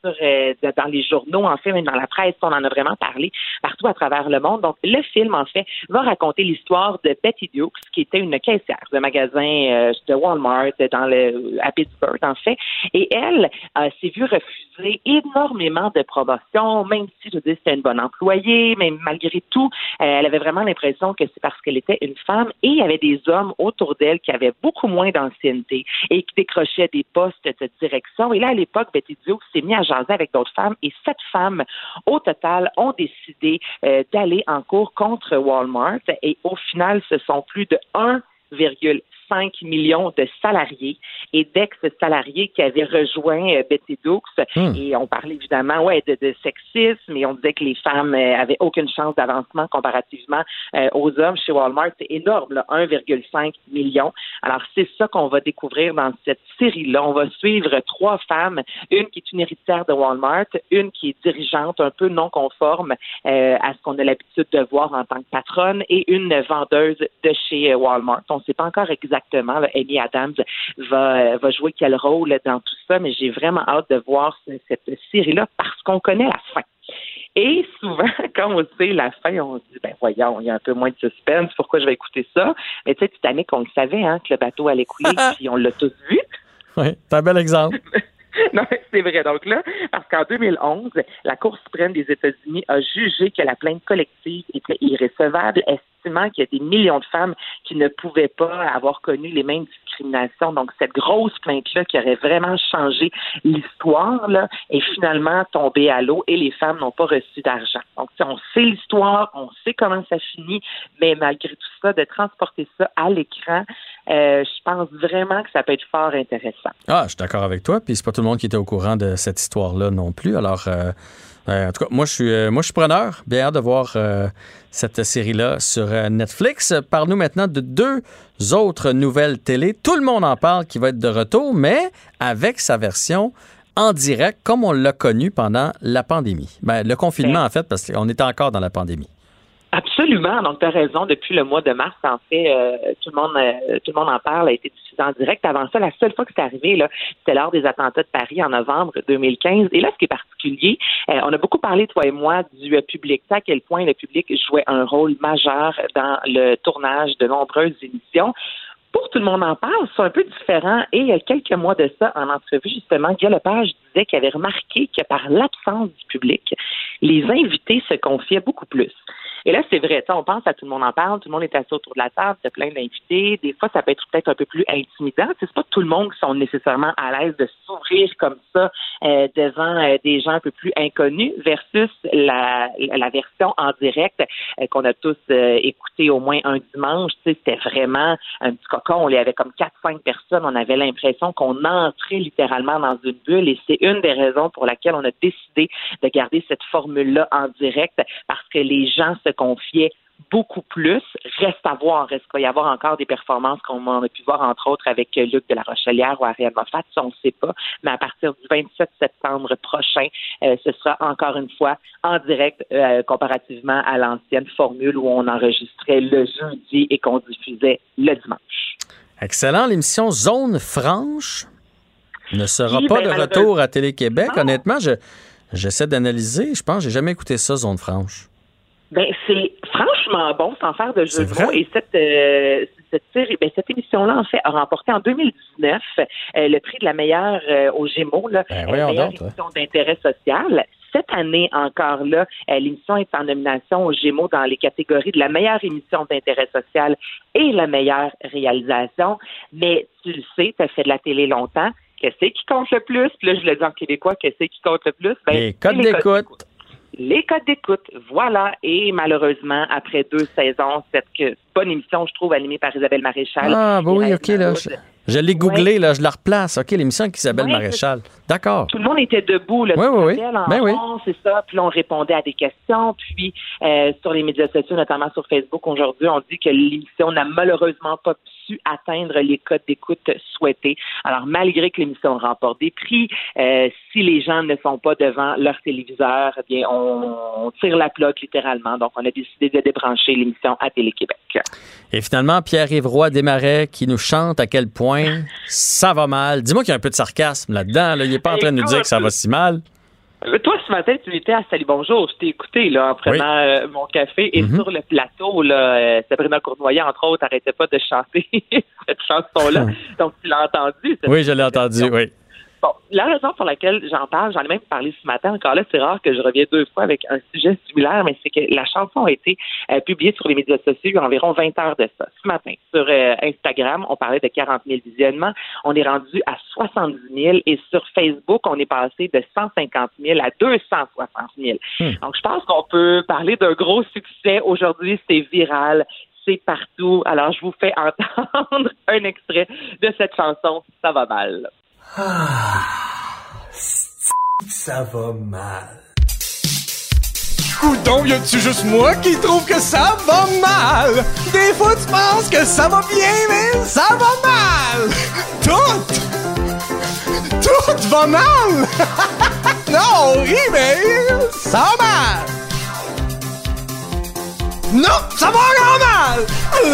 dans les journaux, en fait, même dans la presse. On en a vraiment parlé partout à travers le monde. Donc, le film, en fait, va raconter l'histoire de Betty Dukes, qui était une caissière de magasin de Walmart à Pittsburgh, en fait. Et elle s'est vue refuser énormément de promotions, même si, je dis, c'était une bonne employée, mais malgré tout, elle avait vraiment l'impression que c'est parce qu'elle était une femme, et il y avait des hommes autour d'elle qui avaient beaucoup moins d'ancienneté et qui décrochaient des postes de direction. Et là, à l'époque, Betty Dukes s'est mise à jaser avec d'autres femmes, et 7 femmes, au total, ont décidé d'aller en cours contre Walmart. Et au final, ce sont plus de 1,5 million de salariés et d'ex-salariés qui avaient rejoint Betty Dukes. Et on parlait évidemment de sexisme, et on disait que les femmes avaient aucune chance d'avancement comparativement aux hommes chez Walmart. C'est énorme, là, 1,5 million. Alors, c'est ça qu'on va découvrir dans cette série-là. On va suivre 3 femmes, une qui est une héritière de Walmart, une qui est dirigeante, un peu non conforme à ce qu'on a l'habitude de voir en tant que patronne, et une vendeuse de chez Walmart. On ne sait pas encore exactement, là, Amy Adams va jouer quel rôle dans tout ça, mais j'ai vraiment hâte de voir cette série-là parce qu'on connaît la fin. Et souvent, quand on sait la fin, on se dit, ben voyons, il y a un peu moins de suspense, pourquoi je vais écouter ça? Mais tu sais, Titanic, on le savait, hein, que le bateau allait couler, puis on l'a tous vu. Oui, c'est un bel exemple. Non, c'est vrai. Donc là, parce qu'en 2011, la Cour suprême des États-Unis a jugé que la plainte collective était irrécevable, estimant qu'il y a des millions de femmes qui ne pouvaient pas avoir connu les mêmes discriminations. Donc, cette grosse plainte-là qui aurait vraiment changé l'histoire, là, est finalement tombée à l'eau, et les femmes n'ont pas reçu d'argent. Donc, on sait l'histoire, on sait comment ça finit, mais malgré tout ça, de transporter ça à l'écran, je pense vraiment que ça peut être fort intéressant. Ah, je suis d'accord avec toi, puis c'est pas tout le monde qui était au courant de cette histoire-là non plus. Alors, en tout cas, moi, je suis preneur. Bien hâte de voir cette série-là sur Netflix. Parle-nous maintenant de 2 autres nouvelles télé. Tout le monde en parle, qui va être de retour, mais avec sa version en direct, comme on l'a connu pendant la pandémie. Ben, le confinement, en fait, parce qu'on était encore dans la pandémie. Absolument. Donc, tu as raison. Depuis le mois de mars, en fait, tout le monde en parle, a été diffusé en direct. Avant ça, la seule fois que c'est arrivé, là, c'était lors des attentats de Paris en novembre 2015. Et là, ce qui est particulier, on a beaucoup parlé, toi et moi, du public. Tu sais à quel point le public jouait un rôle majeur dans le tournage de nombreuses émissions. Pour Tout le monde en parle, c'est un peu différent. Et il y a quelques mois de ça, en entrevue, justement, Guy Lepage disait qu'il avait remarqué que par l'absence du public, les invités se confiaient beaucoup plus. Et là, c'est vrai, on pense à Tout le monde en parle, tout le monde est assis autour de la table, il y a plein d'invités. Des fois, ça peut être peut-être un peu plus intimidant. C'est pas tout le monde qui sont nécessairement à l'aise de s'ouvrir comme ça devant des gens un peu plus inconnus versus la version en direct qu'on a tous écouté au moins un dimanche. C'était vraiment un petit cocon. On y avait comme 4-5 personnes. On avait l'impression qu'on entrait littéralement dans une bulle, et c'est une des raisons pour laquelle on a décidé de garder cette formule-là en direct, parce que les gens se confiaient beaucoup plus. Reste à voir, est-ce qu'il va y avoir encore des performances qu'on a pu voir, entre autres, avec Luc de la Rochelière ou Ariel Moffat, ça, on ne sait pas. Mais à partir du 27 septembre prochain, ce sera encore une fois en direct comparativement à l'ancienne formule où on enregistrait le jeudi et qu'on diffusait le dimanche. Excellent. L'émission Zone franche ne sera pas de retour à Télé-Québec. Non. Honnêtement, j'essaie d'analyser. Je pense que j'ai jamais écouté ça, Zone franche. Ben, c'est franchement bon, sans faire de jeu de mots. Et cette émission-là, en fait, a remporté en 2019 le prix de la meilleure aux Gémeaux, meilleure émission d'intérêt social. Cette année encore là, l'émission est en nomination aux Gémeaux dans les catégories de la meilleure émission d'intérêt social et la meilleure réalisation. Mais tu le sais, tu as fait de la télé longtemps. Qu'est-ce qui compte le plus? Puis là, je le dis en québécois, qu'est-ce qui compte le plus? Ben, les codes d'écoute. Les codes d'écoute, voilà. Et malheureusement, après 2 saisons, cette bonne émission, je trouve, animée par Isabelle Maréchal. Ah, bah oui, OK, là. Je l'ai googlé, là, je la replace. OK, l'émission avec Isabelle Maréchal. D'accord. Tout le monde était debout, là. Oui. C'est ça. Puis là, on répondait à des questions. Puis, sur les médias sociaux, notamment sur Facebook, aujourd'hui, on dit que l'émission n'a malheureusement pas su atteindre les codes d'écoute souhaités. Alors, malgré que l'émission remporte des prix, si les gens ne sont pas devant leur téléviseur, eh bien, on tire la plug littéralement. Donc, on a décidé de débrancher l'émission à Télé-Québec. Et finalement, Pierre-Yves Roy Desmarais qui nous chante à quel point ça va mal. Dis-moi qu'il y a un peu de sarcasme là-dedans. Là. Il n'est pas en train de nous dire que ça va si mal. Toi, ce matin, tu étais à Salut Bonjour. Je t'ai écouté là, en prenant mon café. Et sur le plateau, là, Sabrina Cournoyer, entre autres, n'arrêtait pas de chanter cette chanson-là. Donc, tu l'as entendu. Oui, je l'ai entendu, oui. Bon, la raison pour laquelle j'en parle, j'en ai même parlé ce matin, encore là, c'est rare que je revienne 2 fois avec un sujet similaire, mais c'est que la chanson a été publiée sur les médias sociaux il y a environ 20 heures de ça. Ce matin, sur Instagram, on parlait de 40 000 visionnements, on est rendu à 70 000 et sur Facebook, on est passé de 150 000 à 260 000. Donc, je pense qu'on peut parler d'un gros succès. Aujourd'hui, c'est viral. C'est partout. Alors, je vous fais entendre un extrait de cette chanson, Ça va mal. Ça va mal. Coudon, y a-tu juste moi qui trouve que ça va mal? Des fois, tu penses que ça va bien, mais ça va mal! Tout va mal! Non, on rit, mais ça va mal! Non, ça va encore mal!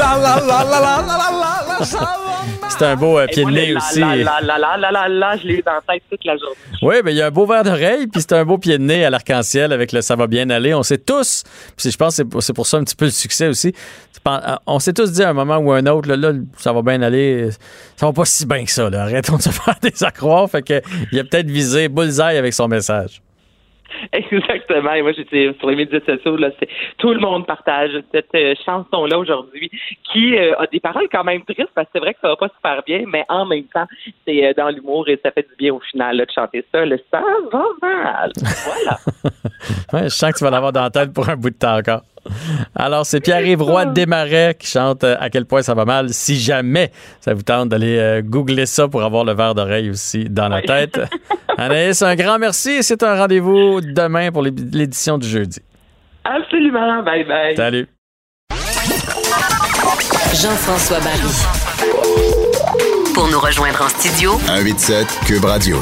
Ça va mal! C'est un beau pied de nez aussi. Je l'ai eu dans la tête toute la journée. Oui, mais il y a un beau verre d'oreille, puis c'est un beau pied de nez à l'arc-en-ciel avec le ça va bien aller. On sait tous, puis je pense que c'est pour ça un petit peu le succès aussi. On s'est tous dit à un moment ou à un autre, là, ça va bien aller. Ça va pas si bien que ça, là. Arrêtons de se faire des accrocs. Fait que il a peut-être visé bullseye avec son message. Exactement. Et moi, j'étais sur les médias sociaux, là, tout le monde partage cette chanson-là aujourd'hui qui a des paroles quand même tristes parce que c'est vrai que ça va pas super bien, mais en même temps, c'est dans l'humour et ça fait du bien au final là, de chanter ça. Le ça va mal. Voilà. Ouais, je sens que tu vas l'avoir dans la tête pour un bout de temps encore. Alors, c'est Pierre-Yves Roy Desmarais qui chante à quel point ça va mal. Si jamais ça vous tente d'aller googler ça pour avoir le verre d'oreille aussi dans la tête. Anaïs, un grand merci et c'est un rendez-vous demain pour l'édition du jeudi. Absolument. Bye bye. Salut. Jean-François Barry. Pour nous rejoindre en studio, 187 Cube Radio.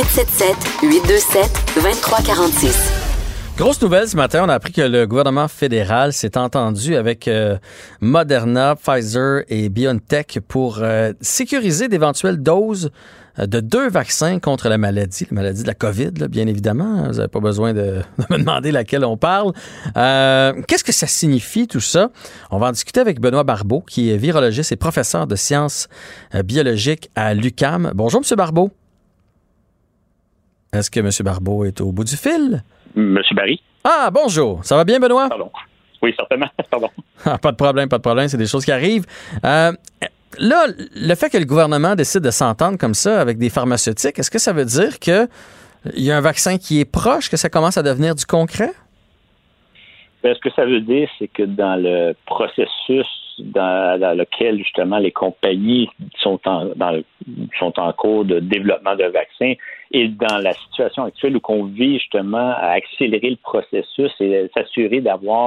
1877-827-2346. Grosse nouvelle ce matin, on a appris que le gouvernement fédéral s'est entendu avec Moderna, Pfizer et BioNTech pour sécuriser d'éventuelles doses de 2 vaccins contre la maladie de la COVID, là, bien évidemment. Vous n'avez pas besoin de me demander laquelle on parle. Qu'est-ce que ça signifie tout ça? On va en discuter avec Benoît Barbeau, qui est virologiste et professeur de sciences biologiques à l'UQAM. Bonjour, M. Barbeau. Est-ce que M. Barbeau est au bout du fil? Monsieur Barry. Ah, bonjour. Ça va bien, Benoît? Pardon. Oui, certainement. Pardon. Ah, pas de problème. C'est des choses qui arrivent. Là, le fait que le gouvernement décide de s'entendre comme ça avec des pharmaceutiques, est-ce que ça veut dire qu'il y a un vaccin qui est proche, que ça commence à devenir du concret? Bien, ce que ça veut dire, c'est que dans le processus dans lequel, justement, les compagnies sont en cours de développement de vaccins et dans la situation actuelle où on vit, justement, à accélérer le processus et s'assurer d'avoir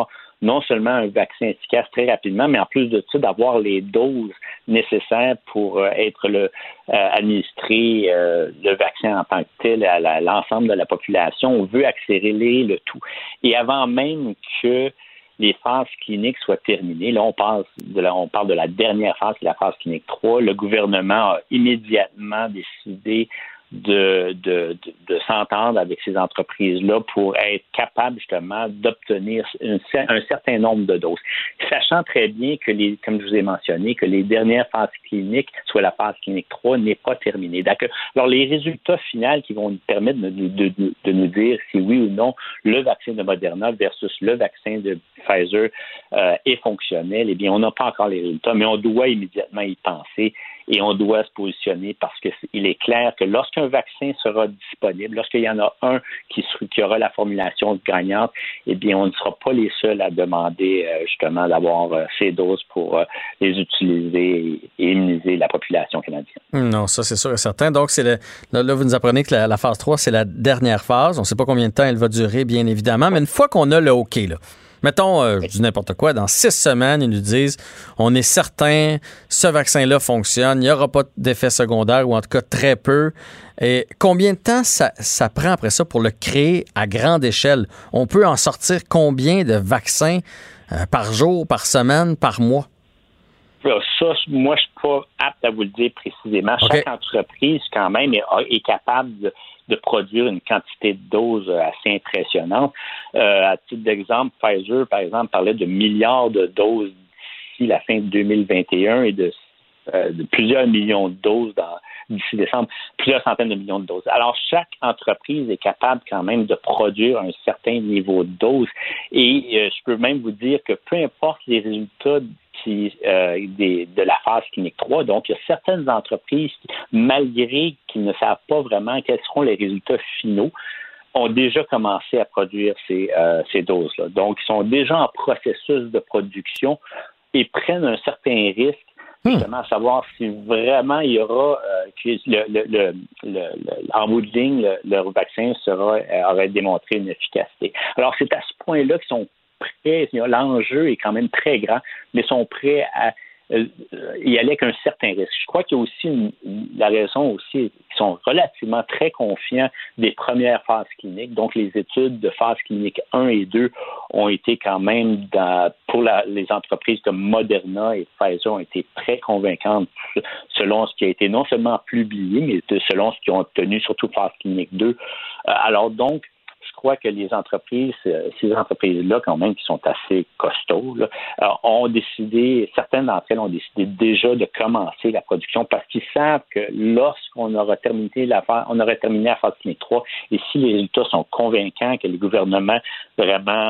non seulement un vaccin efficace très rapidement, mais en plus de ça, d'avoir les doses nécessaires pour être administrer le vaccin en tant que tel à l'ensemble de la population. On veut accélérer le tout. Et avant même que les phases cliniques soient terminées, là, on parle de la dernière phase, la phase clinique 3. Le gouvernement a immédiatement décidé de s'entendre avec ces entreprises-là pour être capable justement d'obtenir un certain nombre de doses. Sachant très bien que, comme je vous ai mentionné, que les dernières phases cliniques, soit la phase clinique 3, n'est pas terminée. D'accord. Alors, les résultats finaux qui vont nous permettre de nous dire si oui ou non le vaccin de Moderna versus le vaccin de Pfizer est fonctionnel, eh bien, on n'a pas encore les résultats, mais on doit immédiatement y penser. Et on doit se positionner parce que il est clair que lorsqu'un vaccin sera disponible, lorsqu'il y en a un qui aura la formulation gagnante, eh bien, on ne sera pas les seuls à demander justement d'avoir ces doses pour les utiliser et immuniser la population canadienne. Non, ça c'est sûr et certain. Donc, là, vous nous apprenez que la phase 3, c'est la dernière phase. On ne sait pas combien de temps elle va durer, bien évidemment, mais une fois qu'on a le OK, là, mettons, je dis n'importe quoi, dans 6 semaines, ils nous disent, on est certain, ce vaccin-là fonctionne, il n'y aura pas d'effet secondaire, ou en tout cas très peu. Et combien de temps ça prend après ça pour le créer à grande échelle? On peut en sortir combien de vaccins par jour, par semaine, par mois? Ça, moi, je suis pas apte à vous le dire précisément. Okay. Chaque entreprise, quand même, est capable de produire une quantité de doses assez impressionnante. À titre d'exemple, Pfizer, par exemple, parlait de milliards de doses d'ici la fin de 2021 et de plusieurs millions de doses d'ici décembre, plusieurs centaines de millions de doses. Alors, chaque entreprise est capable quand même de produire un certain niveau de doses. Et je peux même vous dire que peu importe les résultats de la phase clinique 3. Donc, il y a certaines entreprises qui, malgré qu'ils ne savent pas vraiment quels seront les résultats finaux, ont déjà commencé à produire ces doses-là. Donc, ils sont déjà en processus de production et prennent un certain risque justement à savoir si vraiment il y aura en bout de ligne, le vaccin aurait démontré une efficacité. Alors, c'est à ce point-là qu'ils sont prêts, l'enjeu est quand même très grand, mais sont prêts à y aller avec un certain risque. Je crois qu'il y a aussi la raison aussi, ils sont relativement très confiants des premières phases cliniques. Donc, les études de phase clinique 1 et 2 ont été quand même, pour les entreprises comme Moderna et Pfizer, ont été très convaincantes selon ce qui a été non seulement publié, mais selon ce qu'ils ont obtenu, surtout phase clinique 2. Alors donc, je crois que ces entreprises-là, quand même, qui sont assez costauds, là, ont décidé, certaines d'entre elles ont décidé déjà de commencer la production parce qu'ils savent que lorsqu'on aura terminé la phase clinique 3, et si les résultats sont convaincants, que les gouvernements vraiment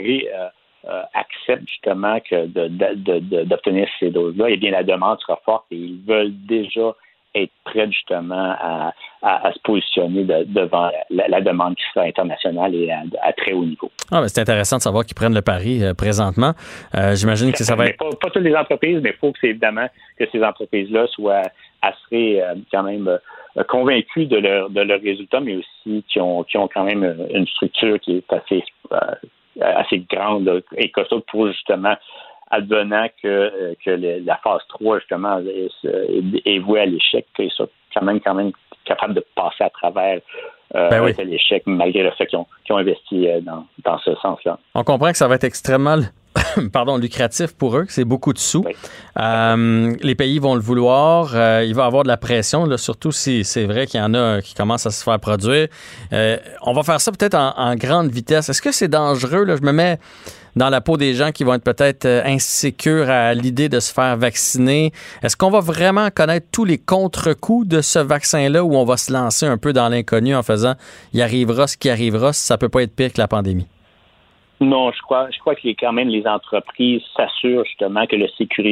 acceptent justement d'obtenir ces doses-là, eh bien, la demande sera forte et ils veulent déjà être prêts justement à se positionner devant la demande qui sera internationale et à très haut niveau. Ah, ben c'est intéressant de savoir qu'ils prennent le pari présentement. J'imagine que ça va être... Pas toutes les entreprises, mais il faut que c'est évidemment que ces entreprises-là soient assez quand même convaincues de leurs résultats, mais aussi qui ont quand même une structure qui est assez grande et costaud pour justement advenant que la phase 3, justement, est vouée à l'échec, qu'ils soient quand même capables de passer à travers l'échec, malgré le fait qu'ils ont investi dans ce sens-là. On comprend que ça va être extrêmement lucratif pour eux, que c'est beaucoup de sous. Oui. Les pays vont le vouloir. Il va y avoir de la pression, là, surtout si c'est vrai qu'il y en a qui commencent à se faire produire. On va faire ça peut-être en grande vitesse. Est-ce que c'est dangereux? Là? Je me mets dans la peau des gens qui vont être peut-être insécures à l'idée de se faire vacciner. Est-ce qu'on va vraiment connaître tous les contre-coups de ce vaccin-là ou on va se lancer un peu dans l'inconnu en faisant « il arrivera ce qui arrivera, ça peut pas être pire que la pandémie ». Non, je crois que quand même les entreprises s'assurent justement que le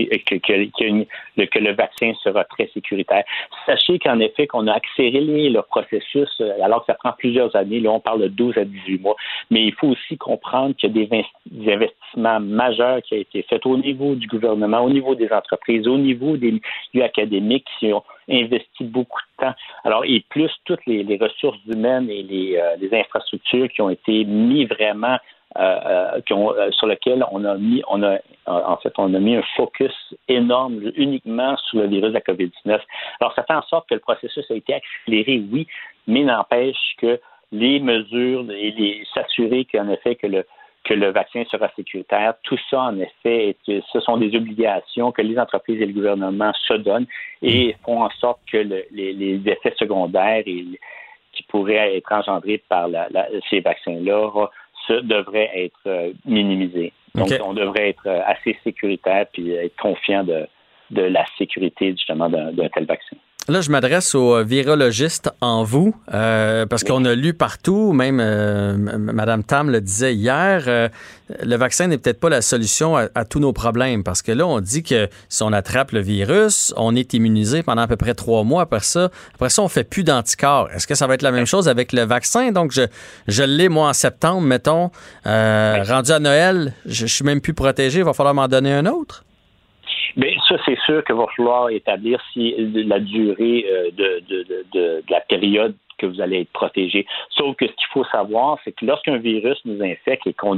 vaccin sera très sécuritaire. Sachez qu'en effet, qu'on a accéléré le processus alors que ça prend plusieurs années. Là, on parle de 12 à 18 mois. Mais il faut aussi comprendre qu'il y a des investissements majeurs qui ont été faits au niveau du gouvernement, au niveau des entreprises, au niveau des milieux académiques qui ont investi beaucoup de temps. Alors, et plus toutes les ressources humaines et les infrastructures qui ont été mis vraiment sur lequel on a mis un focus énorme uniquement sur le virus de la COVID-19. Alors, ça fait en sorte que le processus a été accéléré, oui, mais n'empêche que les mesures et s'assurer qu'en effet que le vaccin sera sécuritaire, tout ça, en effet, ce sont des obligations que les entreprises et le gouvernement se donnent et font en sorte que les effets secondaires qui pourraient être engendrés par ces vaccins-là devraient être minimisés. Donc, on devrait être assez sécuritaire puis être confiant de la sécurité, justement, d'un tel vaccin. Là, je m'adresse aux virologistes en vous, parce qu'on a lu partout, même Mme Tam le disait hier, le vaccin n'est peut-être pas la solution à tous nos problèmes, parce que là, on dit que si on attrape le virus, on est immunisé pendant à peu près 3 mois. Après ça, on fait plus d'anticorps. Est-ce que ça va être la même chose avec le vaccin? Donc, je l'ai, moi, en septembre, mettons, rendu à Noël, je suis même plus protégé, il va falloir m'en donner un autre? Bien, ça, c'est sûr qu'il va falloir établir la durée de la période que vous allez être protégé. Sauf que ce qu'il faut savoir, c'est que lorsqu'un virus nous infecte et qu'on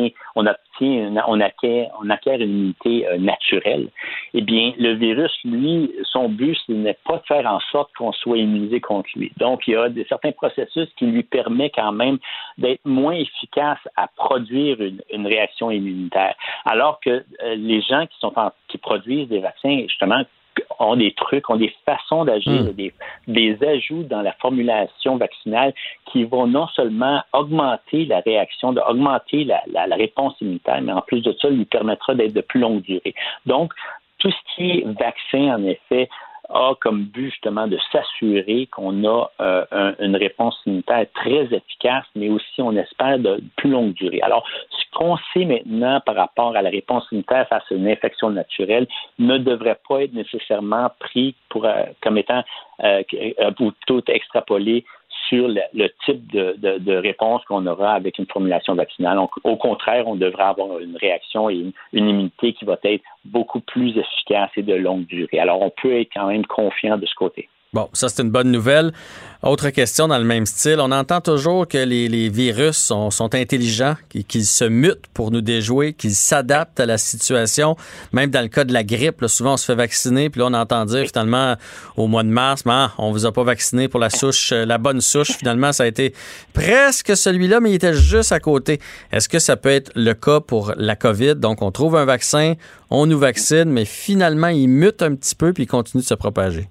acquiert une immunité naturelle, eh bien, le virus, lui, son but, ce n'est pas de faire en sorte qu'on soit immunisé contre lui. Donc, il y a certains processus qui lui permettent quand même d'être moins efficace à produire une réaction immunitaire. Alors que les gens qui produisent des vaccins, justement, ont des trucs, ont des façons d'agir, des ajouts dans la formulation vaccinale qui vont non seulement augmenter la réaction, augmenter la réponse immunitaire, mais en plus de ça, lui permettra d'être de plus longue durée. Donc, tout ce qui est vaccin, en effet, a comme but justement de s'assurer qu'on a une réponse immunitaire très efficace, mais aussi, on espère, de plus longue durée. Alors, ce qu'on sait maintenant par rapport à la réponse immunitaire face à une infection naturelle ne devrait pas être nécessairement pris comme étant ou plutôt extrapolé sur le type de réponse qu'on aura avec une formulation vaccinale. Donc, au contraire, on devrait avoir une réaction et une immunité qui va être beaucoup plus efficace et de longue durée. Alors, on peut être quand même confiant de ce côté. Bon, ça, c'est une bonne nouvelle. Autre question dans le même style. On entend toujours que les virus sont intelligents, qu'ils se mutent pour nous déjouer, qu'ils s'adaptent à la situation. Même dans le cas de la grippe, là, souvent, on se fait vacciner, puis là, on entend dire, finalement, au mois de mars, on vous a pas vacciné pour la bonne souche. Finalement, ça a été presque celui-là, mais il était juste à côté. Est-ce que ça peut être le cas pour la COVID? Donc, on trouve un vaccin, on nous vaccine, mais finalement, il mute un petit peu, puis il continue de se propager.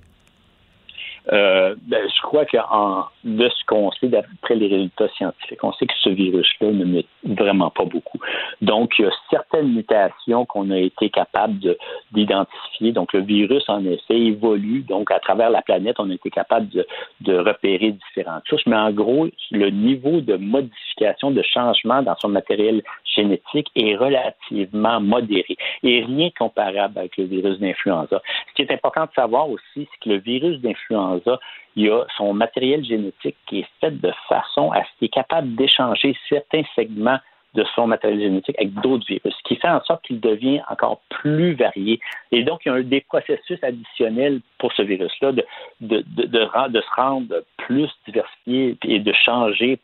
Je crois que de ce qu'on sait d'après les résultats scientifiques, on sait que ce virus-là ne mute vraiment pas beaucoup. Donc, il y a certaines mutations qu'on a été capable d'identifier. Donc, le virus, en effet, évolue. Donc, à travers la planète, on a été capable de repérer différentes souches. Mais en gros, le niveau de modification, de changement dans son matériel génétique est relativement modéré et rien comparable avec le virus d'influenza. Ce qui est important de savoir aussi, c'est que le virus d'influenza, il y a son matériel génétique qui est fait de façon à ce qu'il est capable d'échanger certains segments de son matériel génétique avec d'autres virus, ce qui fait en sorte qu'il devient encore plus varié. Et donc, il y a des processus additionnels pour ce virus-là de se rendre plus diversifié et de changer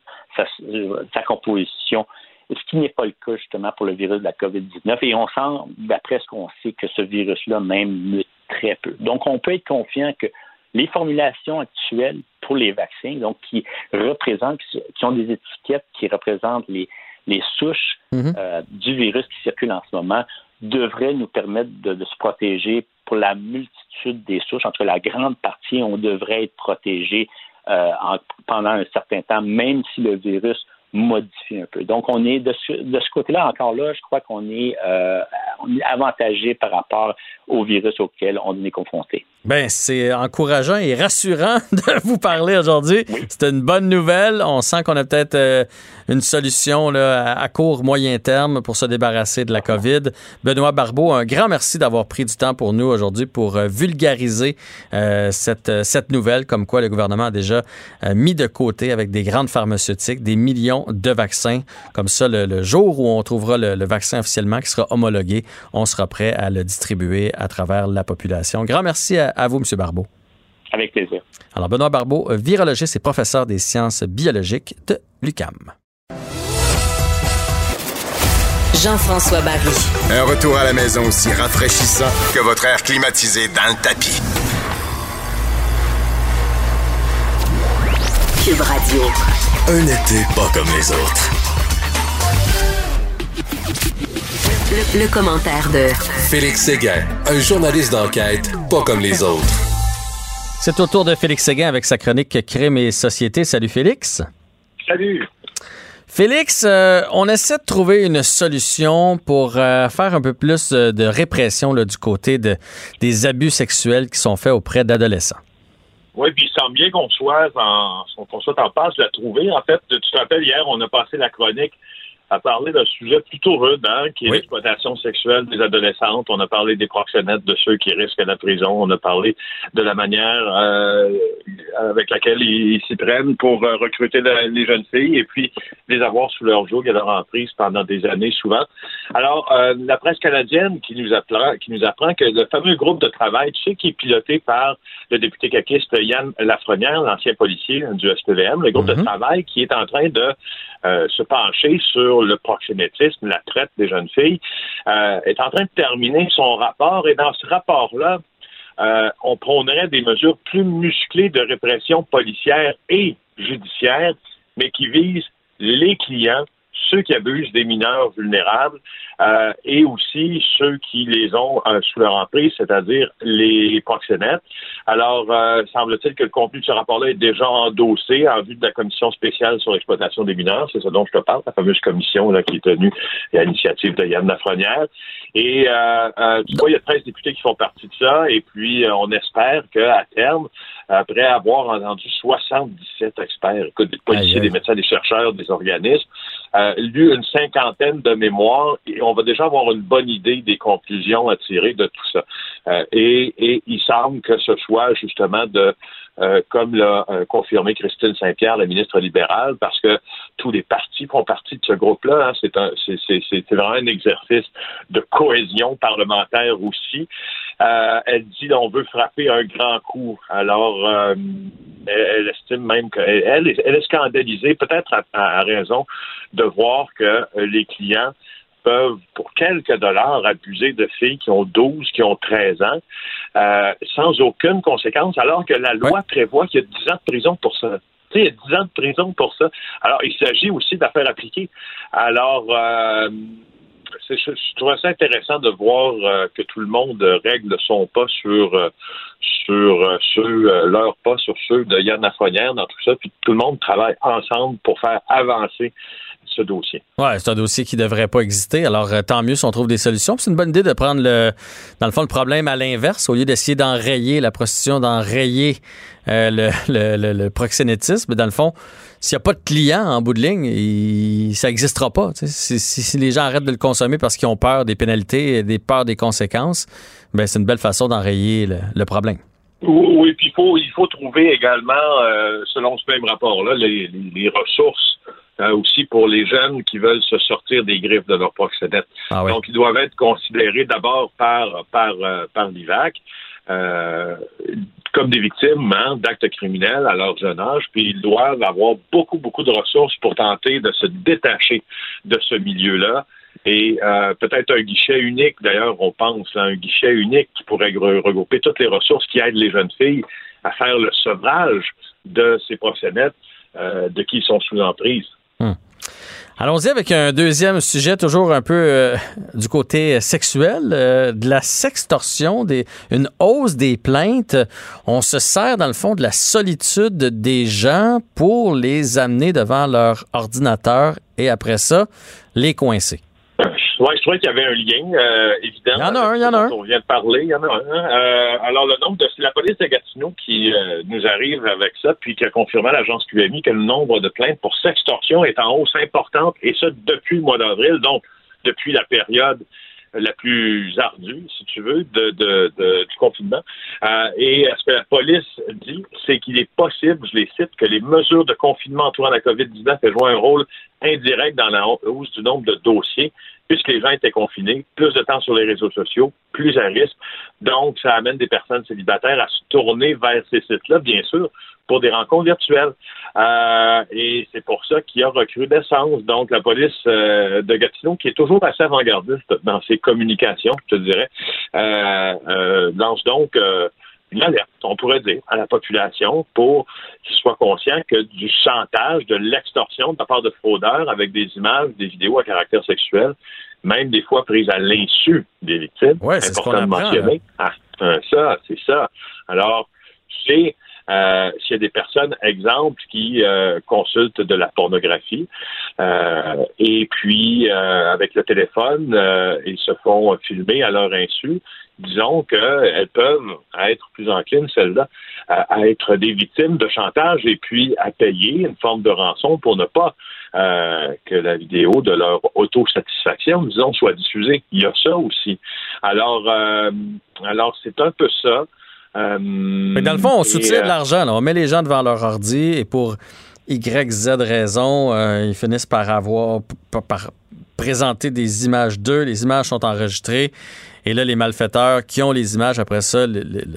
sa composition. Ce qui n'est pas le cas, justement, pour le virus de la COVID-19. Et on sent, d'après ce qu'on sait, que ce virus-là même mute très peu. Donc, on peut être confiant que les formulations actuelles pour les vaccins, donc qui ont des étiquettes qui représentent les souches du virus qui circulent en ce moment, devraient nous permettre de se protéger pour la multitude des souches. Entre la grande partie, on devrait être protégé pendant un certain temps, même si le virus modifie un peu. Donc, on est de ce côté-là, encore là, je crois qu'on est avantagé par rapport au virus auquel on est confronté. Bien, c'est encourageant et rassurant de vous parler aujourd'hui. Oui. C'est une bonne nouvelle. On sent qu'on a peut-être une solution là, à court, moyen terme pour se débarrasser de la COVID. Benoît Barbeau, un grand merci d'avoir pris du temps pour nous aujourd'hui pour vulgariser cette nouvelle, comme quoi le gouvernement a déjà mis de côté avec des grandes pharmaceutiques des millions de vaccins. Comme ça, le jour où on trouvera le vaccin officiellement qui sera homologué, on sera prêt à le distribuer à travers la population. Grand merci à vous, M. Barbeau. Avec plaisir. Alors, Benoît Barbeau, virologiste et professeur des sciences biologiques de l'UQAM. Jean-François Barry. Un retour à la maison aussi rafraîchissant que votre air climatisé dans le tapis. Cube Radio. Un été pas comme les autres. Le commentaire de Félix Séguin, un journaliste d'enquête pas comme les autres. C'est au tour de Félix Séguin avec sa chronique Crime et Société. Salut Félix. Salut. Félix, on essaie de trouver une solution pour faire un peu plus de répression là, du côté des abus sexuels qui sont faits auprès d'adolescents. Oui, puis il semble bien qu'on soit en passe de la trouver. En fait, tu te rappelles, hier, on a passé la chronique à parler d'un sujet plutôt rude, qui est l'exploitation sexuelle des adolescentes. On a parlé des proxénètes, de ceux qui risquent la prison. On a parlé de la manière avec laquelle ils s'y prennent pour recruter les jeunes filles et puis les avoir sous leur joug et leur emprise pendant des années souvent. Alors, la presse canadienne qui nous apprend que le fameux groupe de travail, tu sais, qui est piloté par le député caquiste Yann Lafrenière, l'ancien policier du SPVM, le groupe de travail qui est en train de se pencher sur le proxénétisme, la traite des jeunes filles, est en train de terminer son rapport. Et dans ce rapport-là, on prônerait des mesures plus musclées de répression policière et judiciaire, mais qui visent les clients, ceux qui abusent des mineurs vulnérables et aussi ceux qui les ont sous leur emprise, c'est-à-dire les proxénètes. Alors, semble-t-il que le contenu de ce rapport-là est déjà endossé en vue de la commission spéciale sur l'exploitation des mineurs. C'est ça dont je te parle, la fameuse commission là, qui est tenue à l'initiative de Yann Lafrenière. Et tu vois, il y a 13 députés qui font partie de ça. Et puis, on espère qu'à terme, après avoir entendu 77 experts, écoute, des policiers, des médecins, des chercheurs, des organismes, lu une 50aine de mémoires, et on va déjà avoir une bonne idée des conclusions à tirer de tout ça. Et il semble que ce soit justement comme l'a confirmé Christine Saint-Pierre, la ministre libérale, parce que tous les partis font partie de ce groupe-là. C'est vraiment un exercice de cohésion parlementaire aussi. Elle dit on veut frapper un grand coup. Alors, elle estime même qu'elle est scandalisée, peut-être à raison, de voir que les clients peuvent, pour quelques dollars, abuser de filles qui ont 12, qui ont 13 ans, sans aucune conséquence, alors que la loi prévoit qu'il y a 10 ans de prison pour ça. Tu sais, il y a 10 ans de prison pour ça. Alors, il s'agit aussi d'affaires appliquées. Alors, je trouve ça intéressant de voir que tout le monde règle son pas sur leur pas sur ceux de Yann Lafrenière dans tout ça, puis tout le monde travaille ensemble pour faire avancer ce dossier. Ouais, c'est un dossier qui ne devrait pas exister. Alors, tant mieux si on trouve des solutions. Puis c'est une bonne idée de prendre dans le fond, le problème à l'inverse, au lieu d'essayer d'enrayer la prostitution, d'enrayer le proxénétisme. Dans le fond, s'il n'y a pas de clients en bout de ligne, ça n'existera pas. Si les gens arrêtent de le consommer parce qu'ils ont peur des pénalités, des peurs des conséquences, ben c'est une belle façon d'enrayer le problème. Oui, puis il faut trouver également, selon ce même rapport-là, les ressources aussi pour les jeunes qui veulent se sortir des griffes de leur proxénète. Ah oui. Donc, ils doivent être considérés d'abord par l'IVAC comme des victimes d'actes criminels à leur jeune âge, puis ils doivent avoir beaucoup, beaucoup de ressources pour tenter de se détacher de ce milieu-là. Et peut-être un guichet unique, d'ailleurs, on pense à un guichet unique qui pourrait regrouper toutes les ressources qui aident les jeunes filles à faire le sevrage de ces proxénètes de qui ils sont sous emprise. Allons-y avec un deuxième sujet, toujours un peu du côté sexuel, de la sextorsion, une hausse des plaintes. On se sert, dans le fond, de la solitude des gens pour les amener devant leur ordinateur et après ça, les coincer. Oui, je trouvais qu'il y avait un lien, évident. Il y en a un. On vient de parler, il y en a un. Alors, c'est la police de Gatineau qui nous arrive avec ça, puis qui a confirmé à l'agence QMI que le nombre de plaintes pour sextorsion est en hausse importante, et ça depuis le mois d'avril, donc depuis la période la plus ardue, si tu veux, du confinement. Et ce que la police dit, c'est qu'il est possible, je les cite, que les mesures de confinement entourant la COVID-19 aient joué un rôle indirect dans la hausse du nombre de dossiers, puisque les gens étaient confinés, plus de temps sur les réseaux sociaux, plus à risque Donc, ça amène des personnes célibataires à se tourner vers ces sites-là, bien sûr, pour des rencontres virtuelles. Et c'est pour ça qu'il y a recrudescence. Donc, la police de Gatineau, qui est toujours assez avant-gardiste dans ses communications, je te dirais, lance donc une alerte, on pourrait dire, à la population pour qu'ils soient conscients que du chantage, de l'extorsion de la part de fraudeurs avec des images, des vidéos à caractère sexuel, même des fois prises à l'insu des victimes, c'est important de mentionner. C'est ça. Alors, s'il y a des personnes, exemple, qui consultent de la pornographie et puis avec le téléphone, ils se font filmer à leur insu, disons qu'elles peuvent être plus enclines, celles-là, à être des victimes de chantage et puis à payer une forme de rançon pour ne pas que la vidéo de leur autosatisfaction, disons, soit diffusée. Il y a ça aussi. Alors c'est un peu ça. Mais dans le fond, on soutient de l'argent. Là. On met les gens devant leur ordi et pour YZ raison, ils finissent par présenter des images d'eux. Les images sont enregistrées. Et là, les malfaiteurs qui ont les images, après ça,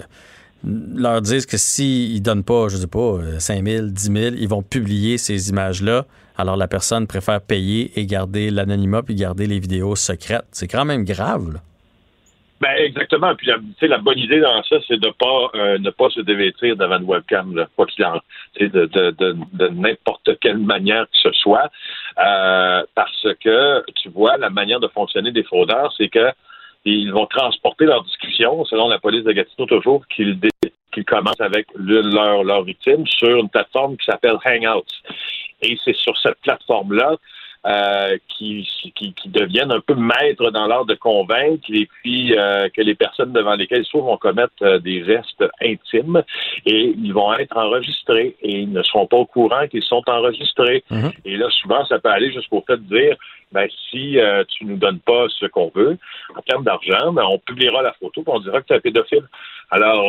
leur disent que s'ils ne donnent pas, je ne sais pas, 5 000, 10 000, ils vont publier ces images-là. Alors, la personne préfère payer et garder l'anonymat puis garder les vidéos secrètes. C'est quand même grave, là. Ben exactement. Puis la bonne idée dans ça, c'est de ne pas se dévêtir devant une webcam, là, quoi qu'il en, de n'importe quelle manière que ce soit, parce que tu vois la manière de fonctionner des fraudeurs, c'est que ils vont transporter leur discussion, selon la police de Gatineau toujours, qu'ils commencent avec leur victime sur une plateforme qui s'appelle Hangouts. Et c'est sur cette plateforme-là qui deviennent un peu maîtres dans l'art de convaincre et puis que les personnes devant lesquelles ils se trouvent vont commettre des gestes intimes et ils vont être enregistrés et ils ne seront pas au courant qu'ils sont enregistrés. Mm-hmm. Et là, souvent, ça peut aller jusqu'au fait de dire si tu nous donnes pas ce qu'on veut en termes d'argent, on publiera la photo et on dira que tu es un pédophile. Alors,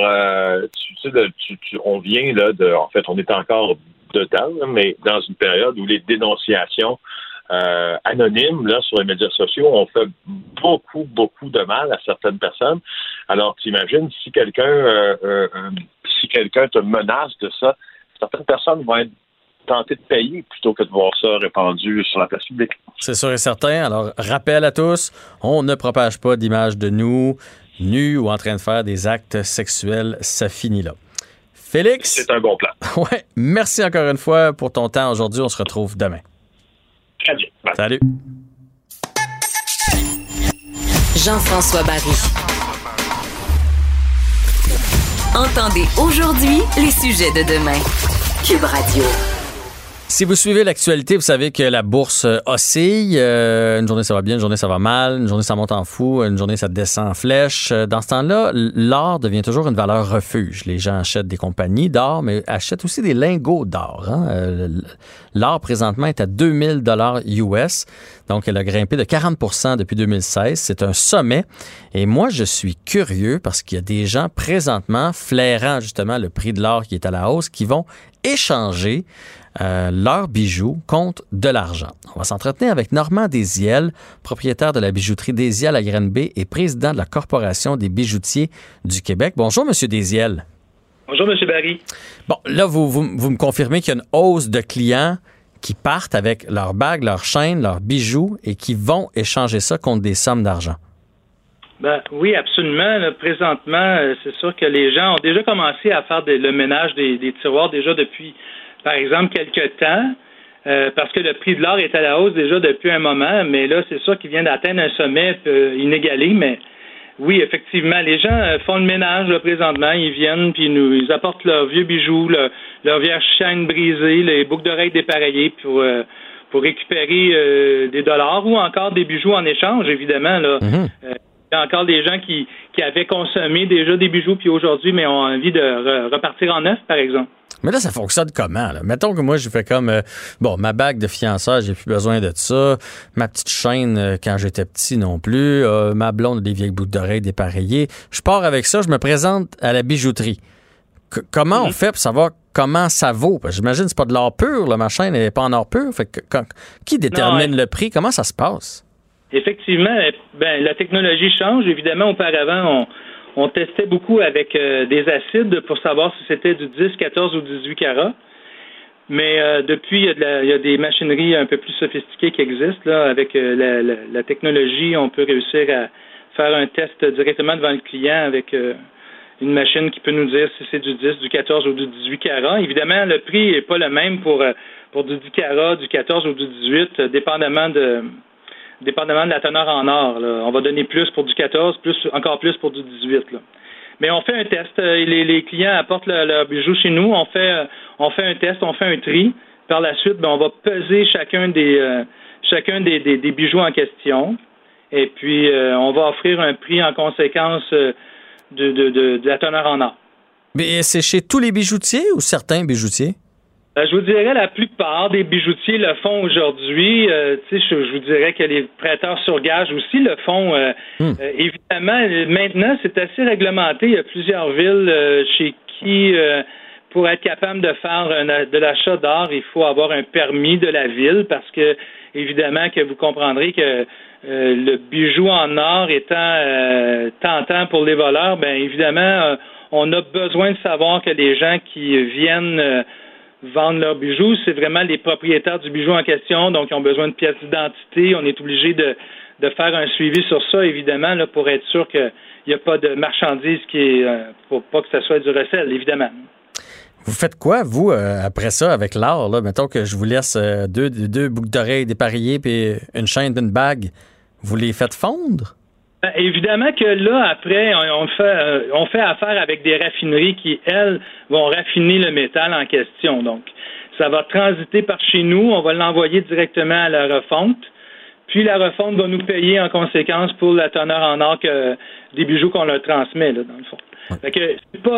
on vient là en fait, on est encore dedans, mais dans une période où les dénonciations anonymes là sur les médias sociaux ont fait beaucoup de mal à certaines personnes. Alors t'imagines si quelqu'un te menace de ça, certaines personnes vont être tentées de payer plutôt que de voir ça répandu sur la place publique. C'est sûr et certain. Alors rappel à tous, on ne propage pas d'images de nous nus ou en train de faire des actes sexuels, ça finit là. Félix, c'est un bon plan. Ouais, merci encore une fois pour ton temps aujourd'hui. On se retrouve demain. Très bien. Bye. Salut. Jean-François Barry. Entendez aujourd'hui les sujets de demain. Cube Radio. Si vous suivez l'actualité, vous savez que la bourse oscille. Une journée, ça va bien, une journée, ça va mal. Une journée, ça monte en fou. Une journée, ça descend en flèche. Dans ce temps-là, l'or devient toujours une valeur refuge. Les gens achètent des compagnies d'or, mais achètent aussi des lingots d'or. Hein? L'or, présentement, est à 2000 $ US. Donc, elle a grimpé de 40% depuis 2016. C'est un sommet. Et moi, je suis curieux parce qu'il y a des gens présentement flairant justement le prix de l'or qui est à la hausse qui vont échanger leurs bijoux contre de l'argent. On va s'entretenir avec Normand Désiel, propriétaire de la bijouterie Désiel à Granby et président de la Corporation des bijoutiers du Québec. Bonjour, M. Désiel. Bonjour, M. Barry. Bon, là, vous me confirmez qu'il y a une hausse de clients qui partent avec leurs bagues, leurs chaînes, leurs bijoux et qui vont échanger ça contre des sommes d'argent. Ben, oui, absolument. Là, présentement, c'est sûr que les gens ont déjà commencé à faire le ménage des tiroirs déjà depuis, par exemple, quelques temps, parce que le prix de l'or est à la hausse déjà depuis un moment, mais là, c'est sûr qu'il vient d'atteindre un sommet inégalé, mais oui, effectivement, les gens font le ménage là, présentement, ils viennent puis ils apportent leurs vieux bijoux, leurs vieilles chaînes brisées, les boucles d'oreilles dépareillées pour récupérer des dollars ou encore des bijoux en échange, évidemment, là. Mm-hmm. Il y a encore des gens qui avaient consommé déjà des bijoux puis aujourd'hui, mais ont envie de repartir en neuf, par exemple. Mais là, ça fonctionne comment, là? Mettons que moi, je fais comme, ma bague de fiançailles, j'ai plus besoin de ça. Ma petite chaîne, quand j'étais petit non plus. Ma blonde, des vieilles boucles d'oreilles dépareillées. Je pars avec ça, je me présente à la bijouterie. Comment on fait pour savoir comment ça vaut? Parce que j'imagine que c'est pas de l'or pur, là, ma chaîne, elle n'est pas en or pur. Fait que, qui détermine le prix? Comment ça se passe? Effectivement, la technologie change. Évidemment, auparavant, on testait beaucoup avec des acides pour savoir si c'était du 10, 14 ou 18 carats. Mais depuis, il y a des machineries un peu plus sophistiquées qui existent. Là, avec la technologie, on peut réussir à faire un test directement devant le client avec une machine qui peut nous dire si c'est du 10, du 14 ou du 18 carats. Évidemment, le prix n'est pas le même pour du 10 carats, du 14 ou du 18, dépendamment de la teneur en or. Là. On va donner plus pour du 14, encore plus pour du 18. Là. Mais on fait un test. Les clients apportent leur bijou chez nous. On fait un test, on fait un tri. Par la suite, on va peser chacun des bijoux en question. Et puis, on va offrir un prix en conséquence de la teneur en or. Mais c'est chez tous les bijoutiers ou certains bijoutiers? Je vous dirais la plupart des bijoutiers le font aujourd'hui. Je vous dirais que les prêteurs sur gage aussi le font. Évidemment, maintenant, c'est assez réglementé. Il y a plusieurs villes chez qui, pour être capable de faire de l'achat d'or, il faut avoir un permis de la ville parce que, évidemment, que vous comprendrez que le bijou en or étant tentant pour les voleurs, bien évidemment, on a besoin de savoir que les gens qui viennent vendre leurs bijoux, c'est vraiment les propriétaires du bijou en question, donc ils ont besoin de pièces d'identité. On est obligé de faire un suivi sur ça, évidemment, là, pour être sûr qu'il n'y a pas de marchandises pour pas que ça soit du recel, évidemment. Vous faites quoi, vous, après ça, avec l'art? Là? Mettons que je vous laisse deux boucles d'oreilles dépareillées puis une chaîne d'une bague. Vous les faites fondre? Évidemment que là, après, on fait affaire avec des raffineries qui, elles, vont raffiner le métal en question. Donc, ça va transiter par chez nous, on va l'envoyer directement à la refonte, puis la refonte va nous payer en conséquence pour la teneur en or des bijoux qu'on leur transmet, là, dans le fond. Fait que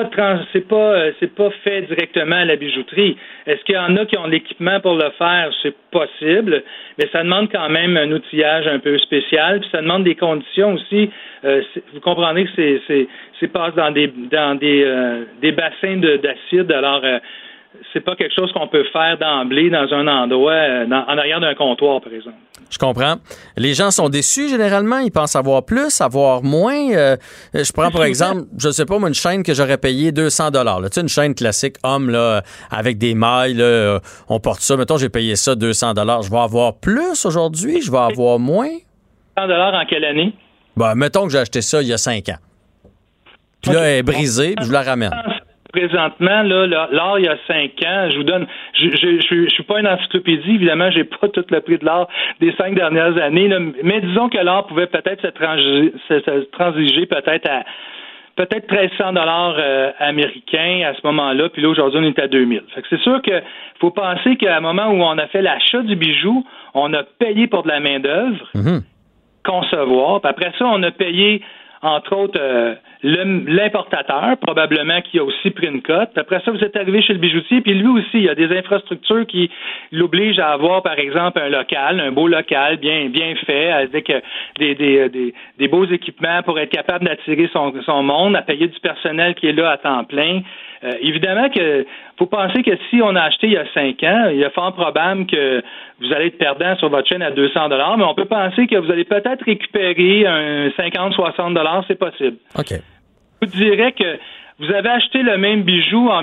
c'est pas fait directement à la bijouterie. Est-ce qu'il y en a qui ont l'équipement pour le faire? C'est possible, mais ça demande quand même un outillage un peu spécial, puis ça demande des conditions aussi. Vous comprendrez que c'est passe dans des bassins d'acide, alors c'est pas quelque chose qu'on peut faire d'emblée dans un endroit, en arrière d'un comptoir, par exemple. Je comprends. Les gens sont déçus, généralement. Ils pensent avoir plus, avoir moins. Je prends, par exemple, je sais pas, moi, une chaîne que j'aurais payée 200 $. Tu sais, une chaîne classique homme, là, avec des mailles, là, on porte ça. Mettons, j'ai payé ça 200 $. Je vais avoir plus aujourd'hui? Je vais avoir moins? 100 $ en quelle année? Ben, mettons que j'ai acheté ça il y a 5 ans. Puis là, elle est brisée, puis je la ramène. Présentement, là, l'or, il y a 5 ans, je vous donne, je suis pas une encyclopédie, évidemment, j'ai pas tout le prix de l'or des 5 dernières années, là, mais disons que l'or pouvait peut-être se transiger peut-être à 1300 $ américains à ce moment-là, puis là, aujourd'hui, on est à 2000. Fait que c'est sûr que faut penser qu'à un moment où on a fait l'achat du bijou, on a payé pour de la main-d'œuvre, concevoir, puis après ça, on a payé, entre autres, l'importateur, probablement, qui a aussi pris une cote. Après ça, vous êtes arrivé chez le bijoutier, puis lui aussi, il y a des infrastructures qui l'obligent à avoir, par exemple, un local, un beau local, bien fait, avec des beaux équipements pour être capable d'attirer son monde, à payer du personnel qui est là à temps plein. Évidemment que faut penser que si on a acheté il y a 5 ans, il est fort probable que vous allez être perdant sur votre chaîne à 200 $, mais on peut penser que vous allez peut-être récupérer un 50-60 $, c'est possible. OK. Je vous dirais que vous avez acheté le même bijou en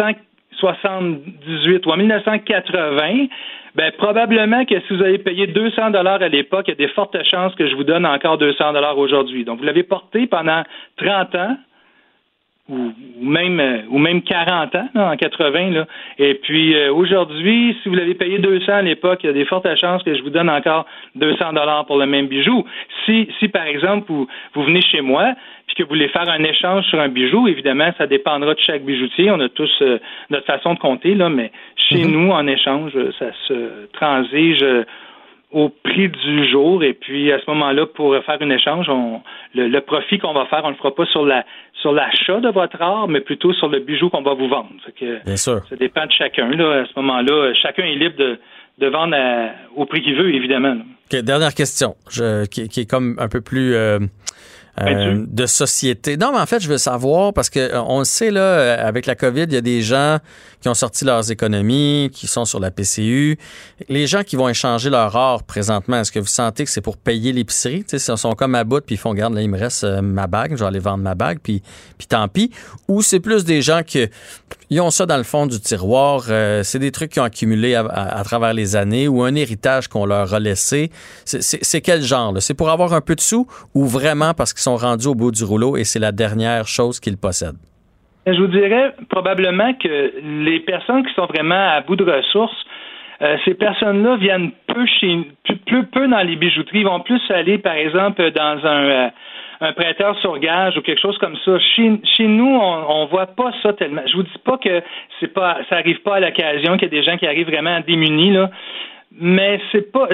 1978 ou en 1980, ben probablement que si vous avez payé 200 $ à l'époque, il y a des fortes chances que je vous donne encore 200 $ aujourd'hui. Donc, vous l'avez porté pendant 30 ans, ou même 40 ans, là, en 80, là. Et puis aujourd'hui, si vous l'avez payé 200 à l'époque, il y a des fortes chances que je vous donne encore 200 $ pour le même bijou. Si par exemple, vous venez chez moi puis que vous voulez faire un échange sur un bijou, évidemment, ça dépendra de chaque bijoutier. On a tous notre façon de compter, là, mais chez nous, en échange, ça se transige au prix du jour, et puis à ce moment-là, pour faire un échange, le profit qu'on va faire, on ne le fera pas sur l'achat de votre art, mais plutôt sur le bijou qu'on va vous vendre. Bien sûr. Ça dépend de chacun. Là, à ce moment-là, chacun est libre de vendre au prix qu'il veut, évidemment. Okay, dernière question, qui est comme un peu plus de société. Non, mais en fait, je veux savoir, parce que on le sait, là, avec la COVID, il y a des gens qui ont sorti leurs économies, qui sont sur la PCU. Les gens qui vont échanger leur or présentement, est-ce que vous sentez que c'est pour payer l'épicerie? Tu sais, ils sont comme à bout, puis ils font, regarde, là, il me reste ma bague, je vais aller vendre ma bague, puis tant pis. Ou c'est plus des gens qui ils ont ça dans le fond du tiroir, c'est des trucs qu'ils ont accumulés à travers les années, ou un héritage qu'on leur a laissé. C'est quel genre, là? C'est pour avoir un peu de sous, ou vraiment parce qu'ils sont rendus au bout du rouleau et c'est la dernière chose qu'ils possèdent? Je vous dirais probablement que les personnes qui sont vraiment à bout de ressources, ces personnes-là viennent peu dans les bijouteries. Ils vont plus aller, par exemple, dans un prêteur sur gage ou quelque chose comme ça. Chez nous, on voit pas ça tellement. Je vous dis pas que ça arrive pas à l'occasion, qu'il y a des gens qui arrivent vraiment démunis, là. Mais c'est pas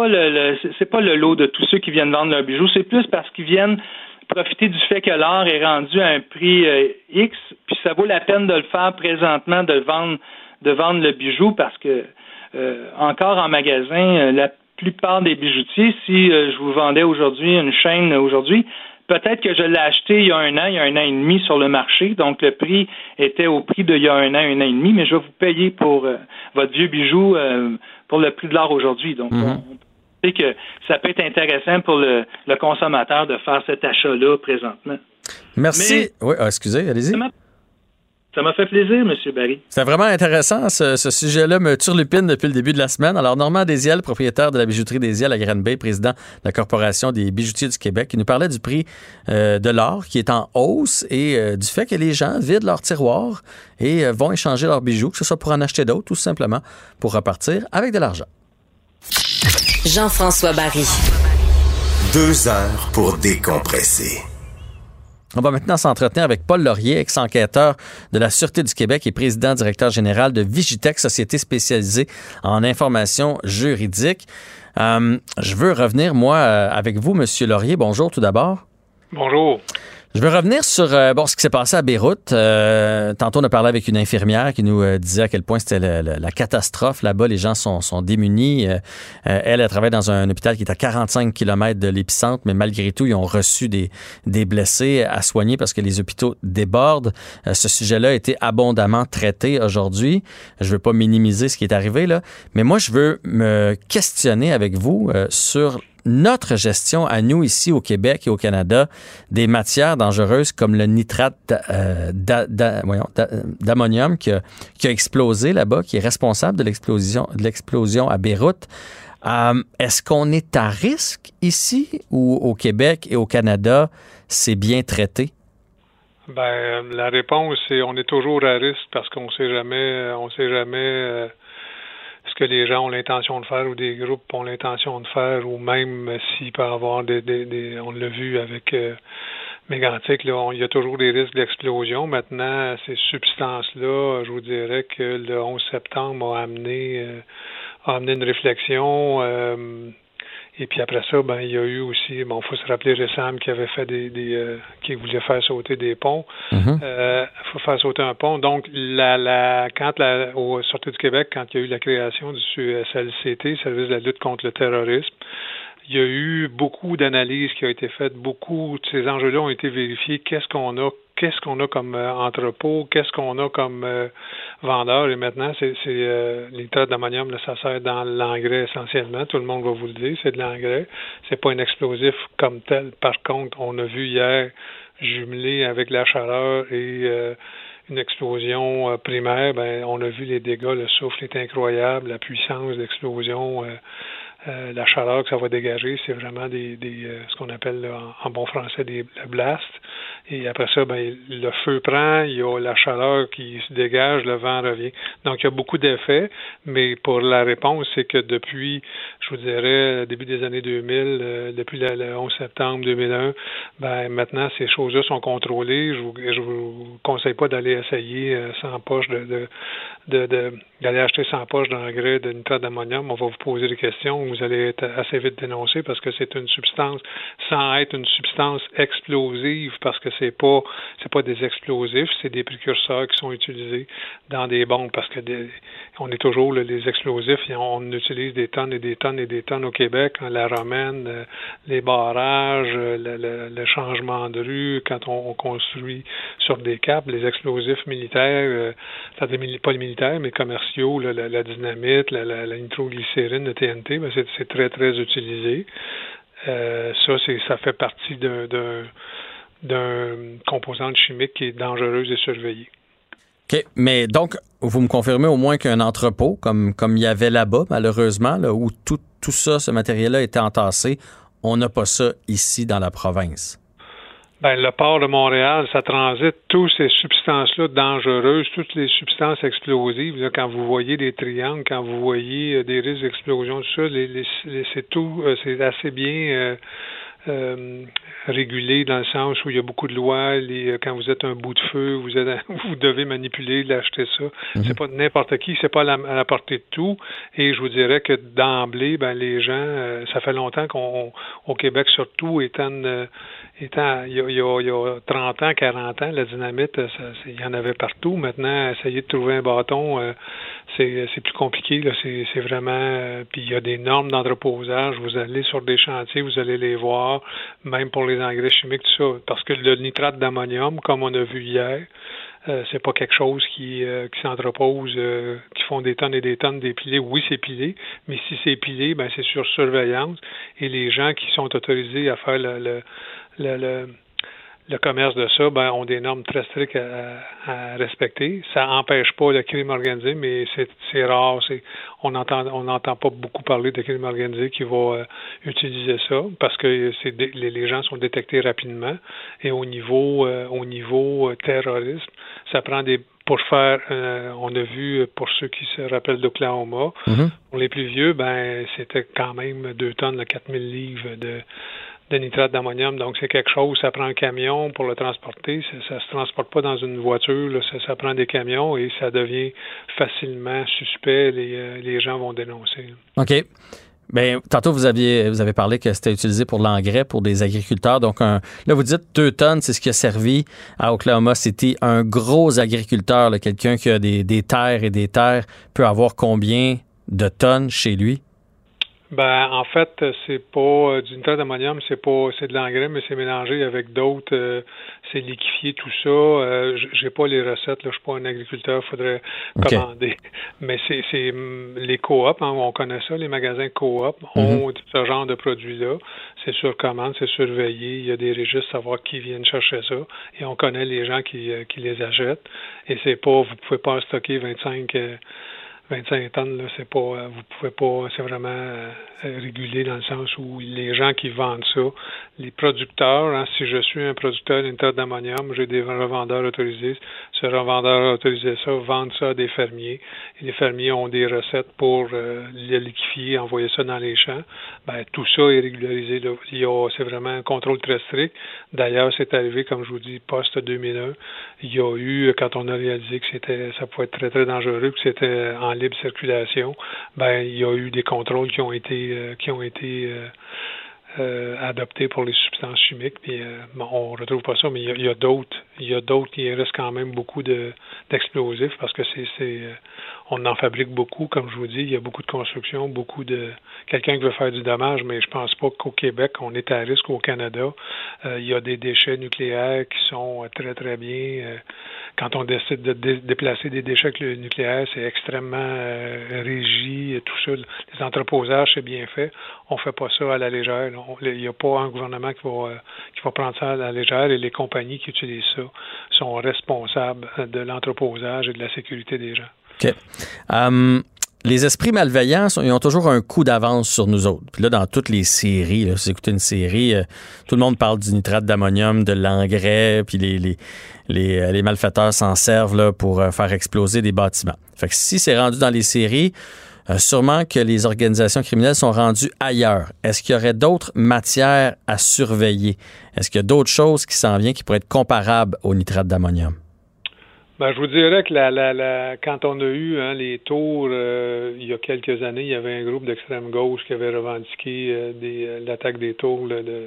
le lot de tous ceux qui viennent vendre leurs bijoux. C'est plus parce qu'ils viennent profiter du fait que l'or est rendu à un prix X, puis ça vaut la peine de le faire présentement, de vendre le bijou, parce que encore en magasin, la plupart des bijoutiers, si je vous vendais aujourd'hui une chaîne aujourd'hui, peut-être que je l'ai acheté il y a un an et demi sur le marché, donc le prix était au prix d'il y a un an et demi, mais je vais vous payer pour votre vieux bijou pour le prix de l'or aujourd'hui. Donc, on sait que ça peut être intéressant pour le consommateur de faire cet achat-là présentement. Merci. Oui, excusez, allez-y. Ça m'a fait plaisir, M. Barry. C'est vraiment intéressant. Ce sujet-là me turlupine depuis le début de la semaine. Alors, Normand Desiel, propriétaire de la bijouterie Desiel à Granby, président de la Corporation des bijoutiers du Québec, qui nous parlait du prix de l'or qui est en hausse et du fait que les gens vident leur tiroir et vont échanger leurs bijoux, que ce soit pour en acheter d'autres ou simplement pour repartir avec de l'argent. Jean-François Barry. 2 heures pour décompresser. On va maintenant s'entretenir avec Paul Laurier, ex-enquêteur de la Sûreté du Québec et président-directeur général de Vigitech, société spécialisée en information juridique. Je veux revenir, moi, avec vous, M. Laurier. Bonjour tout d'abord. Bonjour. Je veux revenir sur ce qui s'est passé à Beyrouth. Tantôt, on a parlé avec une infirmière qui nous disait à quel point c'était la catastrophe. Là-bas, les gens sont démunis. Elle travaille dans un hôpital qui est à 45 km de l'épicentre, mais malgré tout, ils ont reçu des blessés à soigner parce que les hôpitaux débordent. Ce sujet-là a été abondamment traité aujourd'hui. Je veux pas minimiser ce qui est arrivé, là, mais moi, je veux me questionner avec vous sur notre gestion à nous ici au Québec et au Canada des matières dangereuses comme le nitrate d'ammonium qui a explosé là-bas, qui est responsable de l'explosion à Beyrouth. Est-ce qu'on est à risque ici ou au Québec et au Canada, c'est bien traité? Ben, la réponse, c'est on est toujours à risque parce qu'on sait jamais ce que les gens ont l'intention de faire ou des groupes ont l'intention de faire, ou même s'il peut y avoir des on l'a vu avec Mégantic, là, il y a toujours des risques d'explosion. Maintenant, ces substances-là, je vous dirais que le 11 septembre a amené une réflexion. Et puis après ça, ben il y a eu aussi, faut se rappeler Ressam qui avait fait qui voulait faire sauter des ponts. Faut faire sauter un pont. Donc au Sûreté du Québec, quand il y a eu la création du SLCT, Service de la lutte contre le terrorisme, il y a eu beaucoup d'analyses qui ont été faites, beaucoup de ces enjeux-là ont été vérifiés. Qu'est-ce qu'on a comme entrepôt, qu'est-ce qu'on a comme vendeur, et maintenant c'est les nitrates d'ammonium, là, ça sert dans l'engrais essentiellement, tout le monde va vous le dire, c'est de l'engrais, c'est pas un explosif comme tel. Par contre, on a vu hier, jumelé avec la chaleur et une explosion primaire, ben on a vu les dégâts, le souffle est incroyable, la puissance d'explosion, la chaleur que ça va dégager, c'est vraiment ce qu'on appelle là, en bon français des blasts. Et après ça, ben le feu prend, il y a la chaleur qui se dégage, le vent revient. Donc, il y a beaucoup d'effets, mais pour la réponse, c'est que depuis, je vous dirais, début des années 2000, depuis le 11 septembre 2001, ben maintenant, ces choses-là sont contrôlées. Je vous conseille pas d'aller essayer 100 poches d'aller acheter 100 poches d'engrais de nitrate d'ammonium. On va vous poser des questions, vous allez être assez vite dénoncé parce que c'est une substance, sans être une substance explosive, parce que que c'est pas des explosifs, c'est des précurseurs qui sont utilisés dans des bombes parce que on est toujours les explosifs, on utilise des tonnes et des tonnes et des tonnes au Québec, la romaine, les barrages, le changement de rue, quand on construit sur des caps, les explosifs militaires, pas les militaires, mais commerciaux, la dynamite, la nitroglycérine, le TNT, ben c'est très, très utilisé. Ça fait partie d'un composante chimique qui est dangereuse et surveillée. OK, mais donc, vous me confirmez au moins qu'un entrepôt, comme il y avait là-bas, malheureusement, là, où tout ça, ce matériel-là était entassé, on n'a pas ça ici dans la province. Ben, le port de Montréal, ça transite toutes ces substances-là dangereuses, toutes les substances explosives. Là, quand vous voyez des triangles, quand vous voyez des risques d'explosion, tout ça, c'est assez bien régulé dans le sens où il y a beaucoup de lois. Quand vous êtes un bout de feu, vous devez manipuler, l'acheter ça. C'est pas n'importe qui, c'est pas à la portée de tout. Et je vous dirais que d'emblée, ben les gens, ça fait longtemps qu'au Québec surtout, il y a 30 ans, 40 ans, la dynamite, il y en avait partout. Maintenant, essayer de trouver un bâton, c'est plus compliqué. Là. C'est vraiment... puis il y a des normes d'entreposage. Vous allez sur des chantiers, vous allez les voir, même pour les engrais chimiques, tout ça. Parce que le nitrate d'ammonium, comme on a vu hier, c'est pas quelque chose qui s'entrepose, qui font des tonnes et des tonnes d'épilés. Oui, c'est pilé, mais si c'est pilé, ben c'est sur surveillance. Et les gens qui sont autorisés à faire le commerce de ça, ben, ont des normes très strictes à respecter. Ça n'empêche pas le crime organisé, mais c'est rare. On n'entend pas beaucoup parler de crime organisé qui va utiliser ça parce que les gens sont détectés rapidement. Et au niveau terrorisme, ça prend pour faire, on a vu, pour ceux qui se rappellent d'Oklahoma, pour les plus vieux, ben c'était quand même 2 tonnes, 4000 livres de nitrate d'ammonium. Donc, c'est quelque chose, ça prend un camion pour le transporter. Ça se transporte pas dans une voiture. Là, ça prend des camions et ça devient facilement suspect. Les gens vont dénoncer. OK. Bien, tantôt, vous avez parlé que c'était utilisé pour l'engrais pour des agriculteurs. Donc, là, vous dites 2 tonnes, c'est ce qui a servi à Oklahoma City. Un gros agriculteur, là, quelqu'un qui a des terres et des terres, peut avoir combien de tonnes chez lui? Ben, en fait, c'est pas du nitrate d'ammonium, c'est de l'engrais, mais c'est mélangé avec d'autres, c'est liquéfié, tout ça. J'ai pas les recettes, là, je suis pas un agriculteur, faudrait commander. Mais c'est les coops, hein, on connaît ça, les magasins coop ont ce genre de produits-là. C'est sur commande, c'est surveillé, il y a des registres, savoir qui viennent chercher ça, et on connaît les gens qui les achètent. Et c'est pas, vous pouvez pas en stocker 25 tonnes, là, c'est pas, vous pouvez pas, c'est vraiment régulé dans le sens où les gens qui vendent ça, les producteurs, hein, si je suis un producteur de nitrate d'ammonium, j'ai des revendeurs autorisés, ce revendeur autorisé ça, vendre ça à des fermiers, et les fermiers ont des recettes pour le liquéfier, envoyer ça dans les champs. Ben, tout ça est régularisé, là. C'est vraiment un contrôle très strict. D'ailleurs, c'est arrivé, comme je vous dis, post-2001, il y a eu, quand on a réalisé que ça pouvait être très, très dangereux, que c'était en libre circulation, ben il y a eu des contrôles qui ont été adoptés pour les substances chimiques. Puis on retrouve pas ça, mais il y a d'autres qui restent quand même beaucoup d'explosifs parce que on en fabrique beaucoup, comme je vous dis, il y a beaucoup de construction, beaucoup de quelqu'un qui veut faire du dommage, mais je pense pas qu'au Québec, on est à risque au Canada. Il y a des déchets nucléaires qui sont très, très bien. Quand on décide de déplacer des déchets nucléaires, c'est extrêmement régi, tout ça. Les entreposages, c'est bien fait. On fait pas ça à la légère. Il n'y a pas un gouvernement qui va prendre ça à la légère et les compagnies qui utilisent ça sont responsables de l'entreposage et de la sécurité des gens. OK. Les esprits malveillants, ils ont toujours un coup d'avance sur nous autres. Puis là, dans toutes les séries, là, si vous écoutez une série, tout le monde parle du nitrate d'ammonium, de l'engrais, puis les malfaiteurs s'en servent là, pour faire exploser des bâtiments. Fait que si c'est rendu dans les séries, sûrement que les organisations criminelles sont rendues ailleurs. Est-ce qu'il y aurait d'autres matières à surveiller? Est-ce qu'il y a d'autres choses qui s'en viennent qui pourraient être comparables au nitrate d'ammonium? Ben, je vous dirais que quand on a eu les tours, il y a quelques années, il y avait un groupe d'extrême gauche qui avait revendiqué l'attaque des tours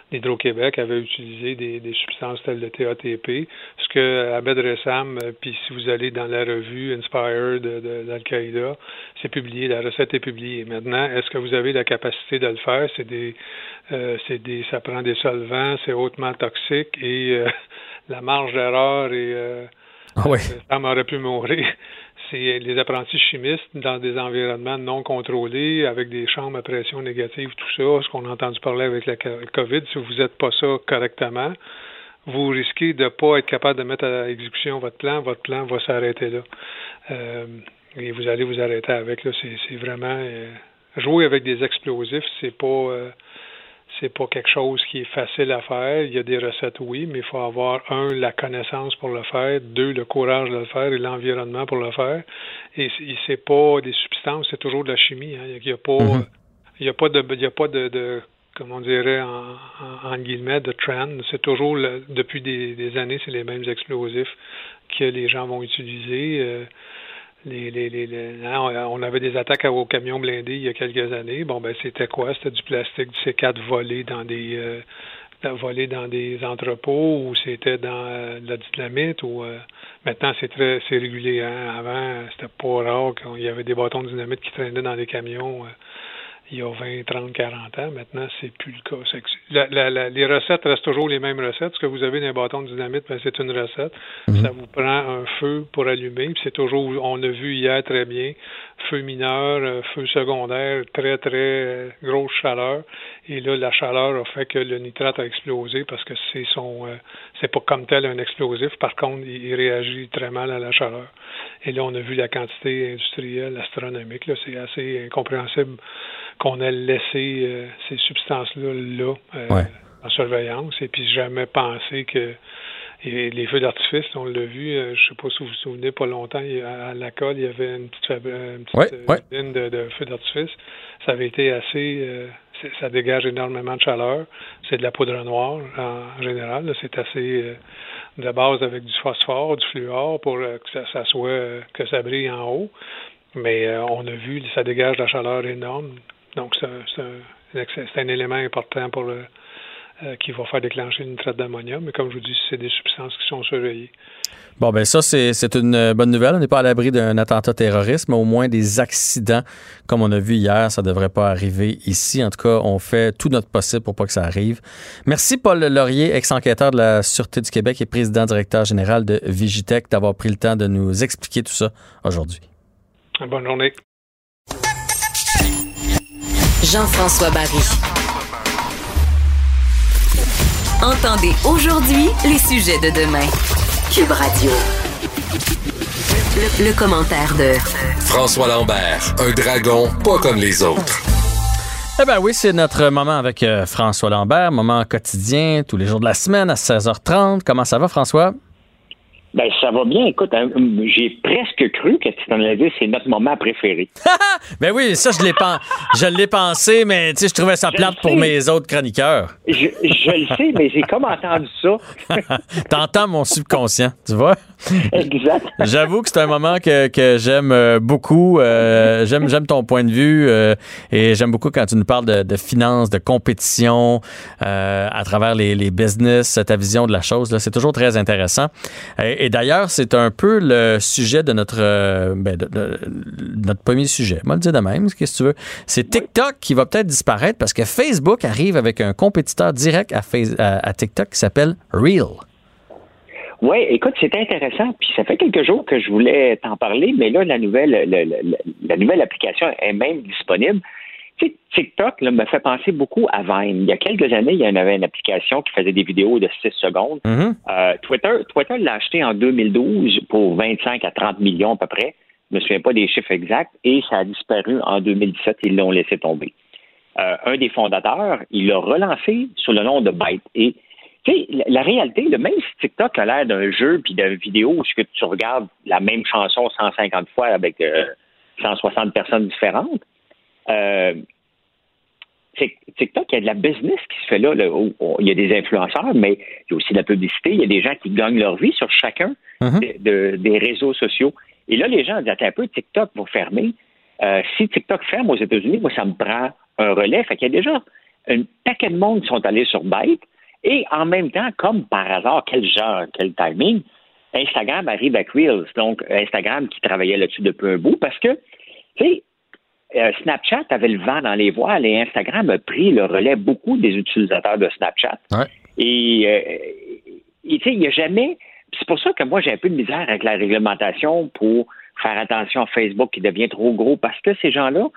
l'Hydro-Québec avait utilisé des substances telles le TATP. Ce que Abed Ressam, puis si vous allez dans la revue Inspire d'Al-Qaïda, c'est publié, la recette est publiée. Maintenant, est-ce que vous avez la capacité de le faire? Ça prend des solvants, c'est hautement toxique et la marge d'erreur Sam aurait pu mourir. C'est les apprentis chimistes dans des environnements non contrôlés, avec des chambres à pression négative, tout ça, ce qu'on a entendu parler avec la COVID. Si vous n'êtes pas ça correctement, vous risquez de ne pas être capable de mettre à exécution votre plan va s'arrêter là. Et vous allez vous arrêter avec. Là, c'est vraiment... jouer avec des explosifs, c'est pas quelque chose qui est facile à faire. Il y a des recettes, oui, mais il faut avoir, la connaissance pour le faire, 2, le courage de le faire et l'environnement pour le faire. Et c'est pas des substances, c'est toujours de la chimie. Hein. Il y a pas de comme on dirait en guillemets, de trend. C'est toujours, depuis des années, c'est les mêmes explosifs que les gens vont utiliser. On avait des attaques aux camions blindés il y a quelques années. Bon, ben c'était quoi? C'était du plastique, du C4 volé dans des entrepôts, ou c'était dans de la dynamite, ou maintenant c'est régulier. Hein? Avant, c'était pas rare qu'il y avait des bâtons de dynamite qui traînaient dans les camions il y a 20, 30, 40 ans. Maintenant, c'est plus le cas. Les recettes restent toujours les mêmes recettes. Ce que vous avez dans les bâtons de dynamite, ben, c'est une recette. Ça vous prend un feu pour allumer. Puis c'est toujours, on a vu hier très bien, feu mineur, feu secondaire, très, très grosse chaleur. Et là, la chaleur a fait que le nitrate a explosé parce que c'est pas comme tel un explosif. Par contre, il réagit très mal à la chaleur. Et là, on a vu la quantité industrielle astronomique. Là, c'est assez incompréhensible qu'on ait laissé ces substances-là en surveillance. Et puis, jamais pensé que les feux d'artifice, on l'a vu, je ne sais pas si vous vous souvenez, pas longtemps, à la colle, il y avait une petite usine de feux d'artifice. Ça avait été assez... ça dégage énormément de chaleur. C'est de la poudre noire, en général. Là, c'est assez de base avec du phosphore, du fluor, pour que ça brille en haut. Mais on a vu, ça dégage de la chaleur énorme. Donc, c'est un élément important qui va faire déclencher une nitrate d'ammonium. Mais comme je vous dis, c'est des substances qui sont surveillées. Bon, ben ça, c'est une bonne nouvelle. On n'est pas à l'abri d'un attentat terroriste, mais au moins des accidents, comme on a vu hier, ça ne devrait pas arriver ici. En tout cas, on fait tout notre possible pour pas que ça arrive. Merci, Paul Laurier, ex-enquêteur de la Sûreté du Québec et président-directeur général de Vigitech, d'avoir pris le temps de nous expliquer tout ça aujourd'hui. Bonne journée. Jean-François Barry. Entendez aujourd'hui les sujets de demain. Cube Radio. Le commentaire de François Lambert, un dragon pas comme les autres. Eh bien oui, c'est notre moment avec François Lambert, moment quotidien, tous les jours de la semaine à 16h30. Comment ça va, François? Ben, ça va bien. Écoute, j'ai presque cru que tu t'en allais dire c'est notre moment préféré. Ben oui, ça, je l'ai pensé, mais tu sais, je trouvais ça plate pour mes autres chroniqueurs. Je le sais, mais j'ai comme entendu ça. T'entends mon subconscient, tu vois? Exact. J'avoue que c'est un moment que j'aime beaucoup. J'aime ton point de vue et j'aime beaucoup quand tu nous parles de finances, de compétition à travers les business, ta vision de la chose. Là, c'est toujours très intéressant. Et d'ailleurs, c'est un peu le sujet de notre notre premier sujet. Moi, le dire de même, qu'est-ce que tu veux. C'est TikTok qui va peut-être disparaître parce que Facebook arrive avec un compétiteur direct à TikTok qui s'appelle Reel. Oui, écoute, c'est intéressant. Puis ça fait quelques jours que je voulais t'en parler, mais là, la nouvelle application est même disponible. Tu sais, TikTok me fait penser beaucoup à Vine. Il y a quelques années, il y en avait une application qui faisait des vidéos de 6 secondes. Mm-hmm. Twitter l'a acheté en 2012 pour 25 à 30 millions à peu près. Je ne me souviens pas des chiffres exacts. Et ça a disparu en 2017. Ils l'ont laissé tomber. Un des fondateurs, il l'a relancé sous le nom de Byte. Et tu sais, la réalité, même si TikTok a l'air d'un jeu puis d'une vidéo où tu regardes la même chanson 150 fois avec 160 personnes différentes, TikTok, il y a de la business qui se fait là où il y a des influenceurs, mais il y a aussi de la publicité. Il y a des gens qui gagnent leur vie sur chacun des réseaux sociaux. Et là, les gens disent, attends un peu, TikTok va fermer. Si TikTok ferme aux États-Unis, moi, ça me prend un relais. Fait qu'il y a déjà un paquet de monde qui sont allés sur Byte. Et en même temps, comme par hasard, quel timing, Instagram arrive avec Reels. Donc, Instagram qui travaillait là-dessus depuis un bout parce que, tu sais, Snapchat avait le vent dans les voiles et Instagram a pris le relais beaucoup des utilisateurs de Snapchat. Ouais. Et tu sais, il n'y a jamais... C'est pour ça que moi, j'ai un peu de misère avec la réglementation pour faire attention à Facebook qui devient trop gros parce que ces gens-là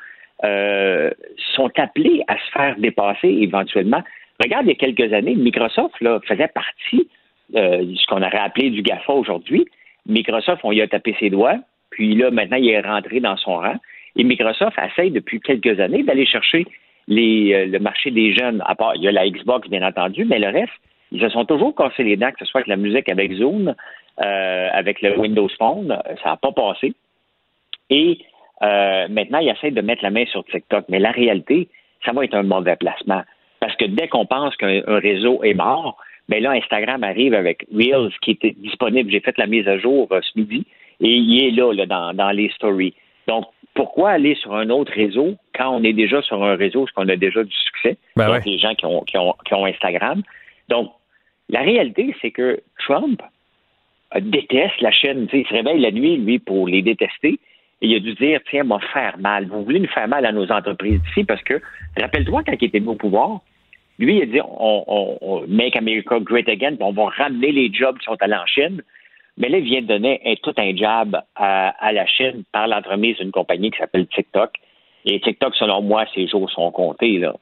sont appelés à se faire dépasser éventuellement. Regarde, il y a quelques années, Microsoft là, faisait partie de ce qu'on aurait appelé du GAFA aujourd'hui. Microsoft, on y a tapé ses doigts, puis là, maintenant, il est rentré dans son rang. Et Microsoft essaye depuis quelques années d'aller chercher le marché des jeunes. À part, il y a la Xbox, bien entendu, mais le reste, ils se sont toujours cassés les dents, que ce soit avec la musique, avec Zoom, avec le Windows Phone. Ça n'a pas passé. Et maintenant, ils essayent de mettre la main sur TikTok. Mais la réalité, ça va être un mauvais placement. Parce que dès qu'on pense qu'un réseau est mort, bien là, Instagram arrive avec Reels qui était disponible. J'ai fait la mise à jour ce midi et il est là dans les stories. Donc, pourquoi aller sur un autre réseau quand on est déjà sur un réseau, parce qu'on a déjà du succès? Ben donc, ouais. les gens qui ont Instagram. Donc, la réalité, c'est que Trump déteste la Chine. Tu sais, il se réveille la nuit, lui, pour les détester. Et il a dû dire, tiens, m'a faire mal. Vous voulez nous faire mal à nos entreprises ici? Parce que, rappelle-toi, quand il était au pouvoir, lui, il a dit, on make America great again, puis on va ramener les jobs qui sont allés en Chine. Mais là, il vient de donner tout un jab à la Chine par l'entremise d'une compagnie qui s'appelle TikTok. Et TikTok, selon moi, ses jours sont comptés. Là.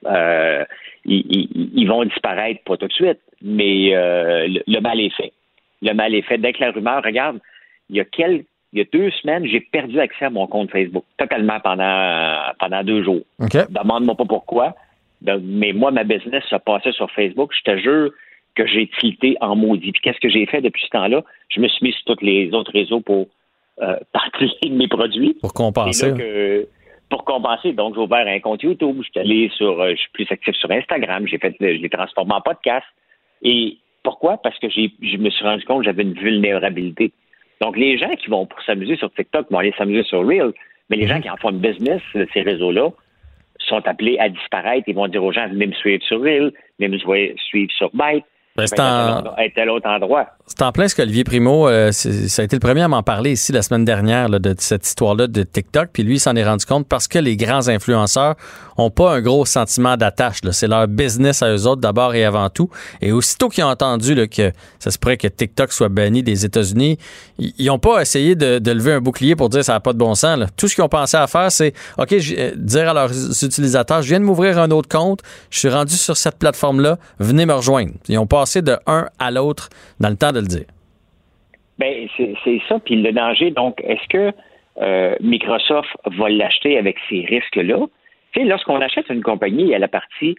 Ils vont disparaître, pas tout de suite, mais le mal est fait. Le mal est fait. Dès que la rumeur, regarde, il y a 2 semaines, j'ai perdu accès à mon compte Facebook, totalement pendant 2 jours. Okay. Demande-moi pas pourquoi, mais moi, ma business se passait sur Facebook. Je te jure que j'ai tilté en maudit. Puis qu'est-ce que j'ai fait depuis ce temps-là? Je me suis mis sur tous les autres réseaux pour partager mes produits. Pour compenser. Pour compenser, donc j'ai ouvert un compte YouTube, je suis plus actif sur Instagram, je l'ai transformé en podcast. Et pourquoi? Parce que je me suis rendu compte que j'avais une vulnérabilité. Donc les gens qui vont pour s'amuser sur TikTok vont aller s'amuser sur Reel, mais les gens qui en font une business, ces réseaux-là, sont appelés à disparaître. Ils vont dire aux gens, venez me suivre sur Reel, venez me suivre sur Byte. À tel autre endroit. C'est en plein ce qu'Olivier Primo, ça a été le premier à m'en parler ici la semaine dernière là, de cette histoire-là de TikTok. Puis lui, il s'en est rendu compte parce que les grands influenceurs ont pas un gros sentiment d'attache. Là. C'est leur business à eux autres d'abord et avant tout. Et aussitôt qu'ils ont entendu là, que ça se pourrait que TikTok soit banni des États-Unis, ils n'ont pas essayé de lever un bouclier pour dire ça n'a pas de bon sens. Là. Tout ce qu'ils ont pensé à faire, c'est OK, dire à leurs utilisateurs, je viens de m'ouvrir un autre compte, je suis rendu sur cette plateforme-là, venez me rejoindre. Ils ont passé de un à l'autre dans le temps de le dire. Ben c'est ça. Puis le danger, donc, est-ce que Microsoft va l'acheter avec ces risques-là? Tu sais, lorsqu'on achète une compagnie, il y a la partie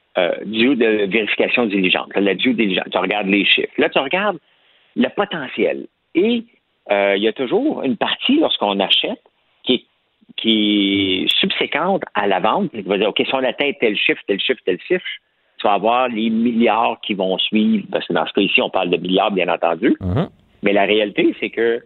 de vérification diligente. La due diligence. Tu regardes les chiffres. Là, tu regardes le potentiel. Et il y a toujours une partie, lorsqu'on achète, qui est subséquente à la vente. Qui va dire, OK, si on atteint tel chiffre, tu vas avoir les milliards qui vont suivre, parce que dans ce cas ici, on parle de milliards, bien entendu. Mm-hmm. Mais la réalité, c'est que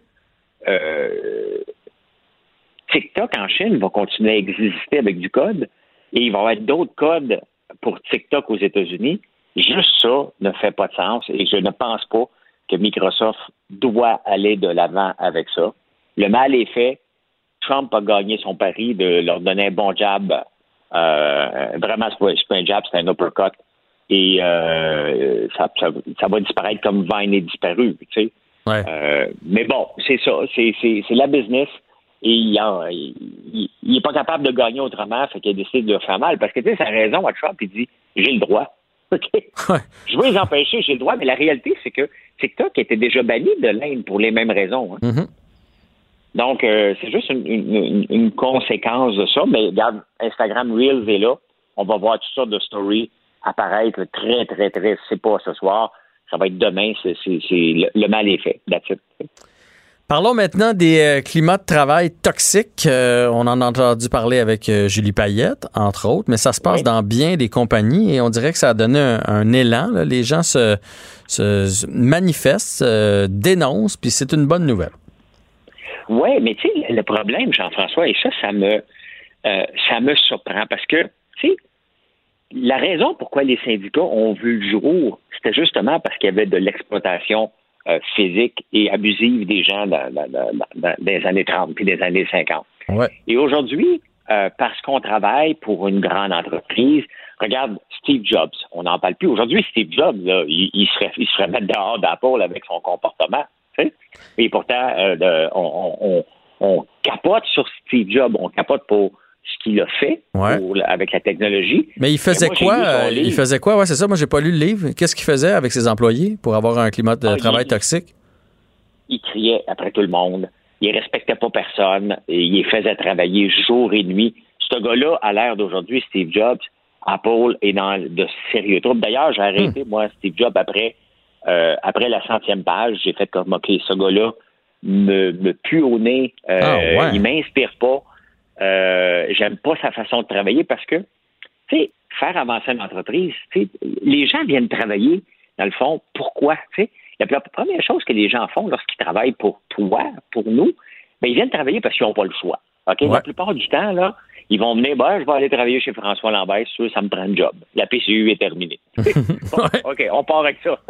TikTok en Chine va continuer à exister avec du code et il va y avoir d'autres codes pour TikTok aux États-Unis. Juste ça ne fait pas de sens et je ne pense pas que Microsoft doit aller de l'avant avec ça. Le mal est fait. Trump a gagné son pari de leur donner un bon jab. Vraiment, c'est pas un jab, c'est un uppercut. Et ça va disparaître comme Vine est disparu, tu sais. Ouais. Mais bon, c'est ça. C'est la business. Et il est pas capable de gagner autrement, fait qu'il a décidé de le faire mal. Parce que, tu sais, sa raison à Trump, il dit, j'ai le droit. OK? Ouais. Je veux les empêcher, j'ai le droit. Mais la réalité, c'est que TikTok était déjà banni de l'Inde pour les mêmes raisons. Hein. Mm-hmm. Donc, c'est juste une conséquence de ça. Mais regarde, Instagram Reels est là. On va voir toutes sortes de stories apparaître très, très, très, c'est pas ce soir. Ça va être demain. Le mal est fait. That's it. Parlons maintenant des climats de travail toxiques. On en a entendu parler avec Julie Payette, entre autres, mais ça se passe dans bien des compagnies et on dirait que ça a donné un élan. Là. Les gens se manifestent, dénoncent, puis c'est une bonne nouvelle. Oui, mais tu sais, le problème, Jean-François, et ça me surprend parce que, tu sais, la raison pourquoi les syndicats ont vu le jour, c'était justement parce qu'il y avait de l'exploitation physique et abusive des gens dans les années 30 puis des années 50. Ouais. Et aujourd'hui, parce qu'on travaille pour une grande entreprise, regarde Steve Jobs, on n'en parle plus. Aujourd'hui, Steve Jobs, là, il se ferait mettre dehors d'Apple avec son comportement. Tu sais? Et pourtant, on capote sur Steve Jobs, on capote pour ce qu'il a fait avec la technologie. Mais il faisait quoi? Il faisait quoi? Ouais, c'est ça. Moi, j'ai pas lu le livre. Qu'est-ce qu'il faisait avec ses employés pour avoir un climat de travail toxique? Il criait après tout le monde. Il respectait pas personne. Et il les faisait travailler jour et nuit. Ce gars-là, à l'ère d'aujourd'hui, Steve Jobs, Apple est dans de sérieux troubles. D'ailleurs, j'ai arrêté, moi, Steve Jobs, après la 100e page. J'ai fait comme, OK, ce gars-là me pue au nez. Il m'inspire pas. J'aime pas sa façon de travailler parce que, tu sais, faire avancer une entreprise, tu sais, les gens viennent travailler, dans le fond, pourquoi? Tu sais, la première chose que les gens font lorsqu'ils travaillent pour toi, pour nous, ben, ils viennent travailler parce qu'ils n'ont pas le choix. OK? La plupart du temps, là, ils vont venir, je vais aller travailler chez François Lambert, ça me prend un job. La PCU est terminée. Bon, OK, on part avec ça.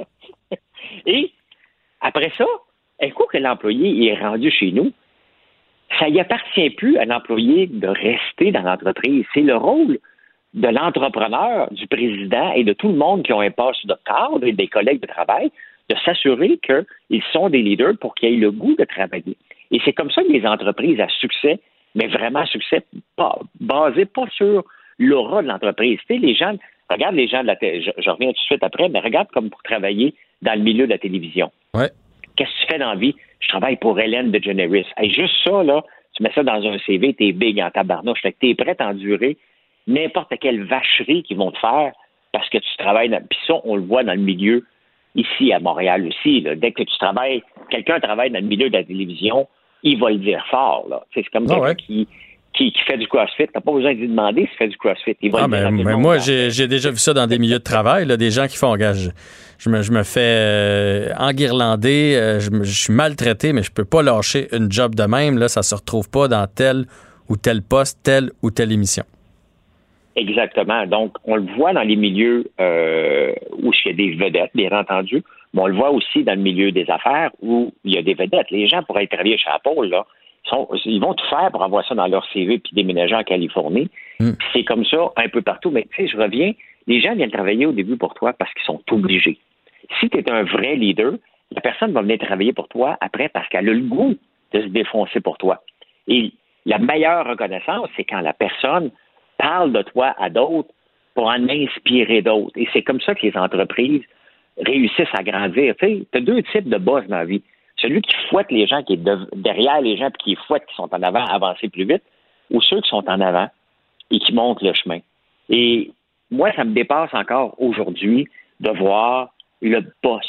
Et après ça, un coup que l'employé est rendu chez nous, ça y appartient plus à l'employé de rester dans l'entreprise. C'est le rôle de l'entrepreneur, du président et de tout le monde qui ont un poste de cadre et des collègues de travail de s'assurer qu'ils sont des leaders pour qu'ils aient le goût de travailler. Et c'est comme ça que les entreprises à succès, mais vraiment succès, basé pas sur l'aura de l'entreprise. Tu sais, les gens, regarde les gens de la télé, je reviens tout de suite après, mais regarde comme pour travailler dans le milieu de la télévision. Ouais. Qu'est-ce que tu fais dans la vie? Je travaille pour Ellen DeGeneres. Hey, juste ça, là, tu mets ça dans un CV, t'es big en tabarnouche. Fait que t'es prêt à endurer n'importe quelle vacherie qu'ils vont te faire parce que tu travailles dans... Puis ça, on le voit dans le milieu ici à Montréal aussi. Là. Dès que tu travailles, quelqu'un travaille dans le milieu de la télévision, il va le dire fort. Là. C'est comme quelqu'un qui fait du CrossFit. T'as pas besoin de lui demander s'il fait du CrossFit. Il va le dire mais moi, j'ai déjà vu ça dans des milieux de travail, là, des gens qui font je me fais enguirlander, je suis maltraité, mais je peux pas lâcher une job de même. Là, ça se retrouve pas dans tel ou tel poste, telle ou telle émission. Exactement. Donc, on le voit dans les milieux où il y a des vedettes, bien entendu, mais on le voit aussi dans le milieu des affaires où il y a des vedettes. Les gens, pour aller travailler chez Apple, là, ils vont tout faire pour avoir ça dans leur CV puis déménager en Californie. C'est comme ça un peu partout. Mais tu sais, je reviens, les gens viennent travailler au début pour toi parce qu'ils sont obligés. Si tu es un vrai leader, la personne va venir travailler pour toi après parce qu'elle a le goût de se défoncer pour toi. Et la meilleure reconnaissance, c'est quand la personne parle de toi à d'autres pour en inspirer d'autres. Et c'est comme ça que les entreprises réussissent à grandir. Tu as deux types de boss dans la vie. Celui qui fouette les gens, qui est derrière les gens, puis qui fouette qui sont en avant, avancer plus vite, ou ceux qui sont en avant et qui montrent le chemin. Et moi, ça me dépasse encore aujourd'hui de voir le boss.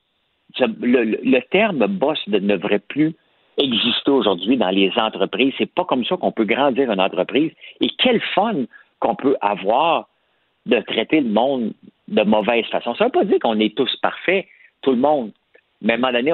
Le terme boss ne devrait plus exister aujourd'hui dans les entreprises. C'est pas comme ça qu'on peut grandir une entreprise. Et quel fun qu'on peut avoir de traiter le monde de mauvaise façon. Ça ne veut pas dire qu'on est tous parfaits, tout le monde. Mais à un moment donné,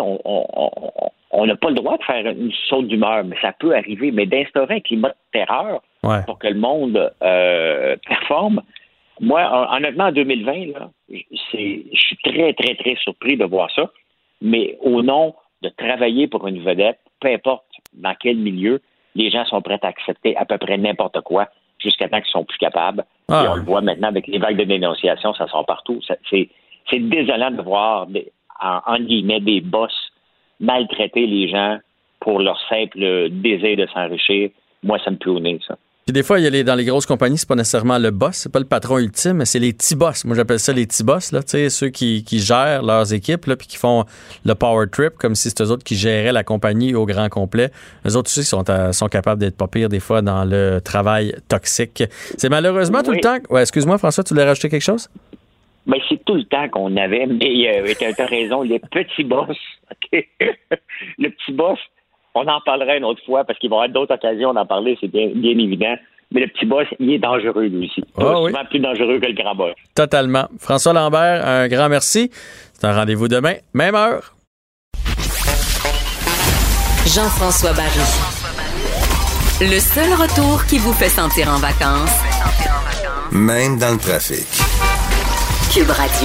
on n'a pas le droit de faire une saute d'humeur, mais ça peut arriver. Mais d'instaurer un climat de terreur pour que le monde performe. Moi, honnêtement, en 2020, là, je suis très, très, très surpris de voir ça. Mais au nom de travailler pour une vedette, peu importe dans quel milieu, les gens sont prêts à accepter à peu près n'importe quoi jusqu'à temps qu'ils sont plus capables. Et on le voit maintenant avec les vagues de dénonciation, ça sort partout. C'est désolant de voir en guillemets, des boss maltraiter les gens pour leur simple désir de s'enrichir. Moi, ça me pue au nez, ça. Puis des fois, dans les grosses compagnies, c'est pas nécessairement le boss, c'est pas le patron ultime, mais c'est les petits boss. Moi, j'appelle ça les petits boss, là, tu sais, ceux qui gèrent leurs équipes, là, puis qui font le power trip, comme si c'était eux autres qui géraient la compagnie au grand complet. Eux autres aussi sont capables d'être pas pires des fois dans le travail toxique. C'est malheureusement tout le temps. Ouais, excuse-moi, François, tu voulais rajouter quelque chose? Ben, c'est tout le temps qu'on avait, mais tu as raison, les petits boss, OK? Le petit boss, on en parlera une autre fois parce qu'il va y avoir d'autres occasions d'en parler, c'est bien évident. Mais le petit boss, il est dangereux, lui aussi. Souvent plus dangereux que le grand boss. Totalement. François Lambert, un grand merci. C'est un rendez-vous demain, même heure. Jean-François Barry. Le seul retour qui vous fait sentir en vacances. même dans le trafic. Cube Radio.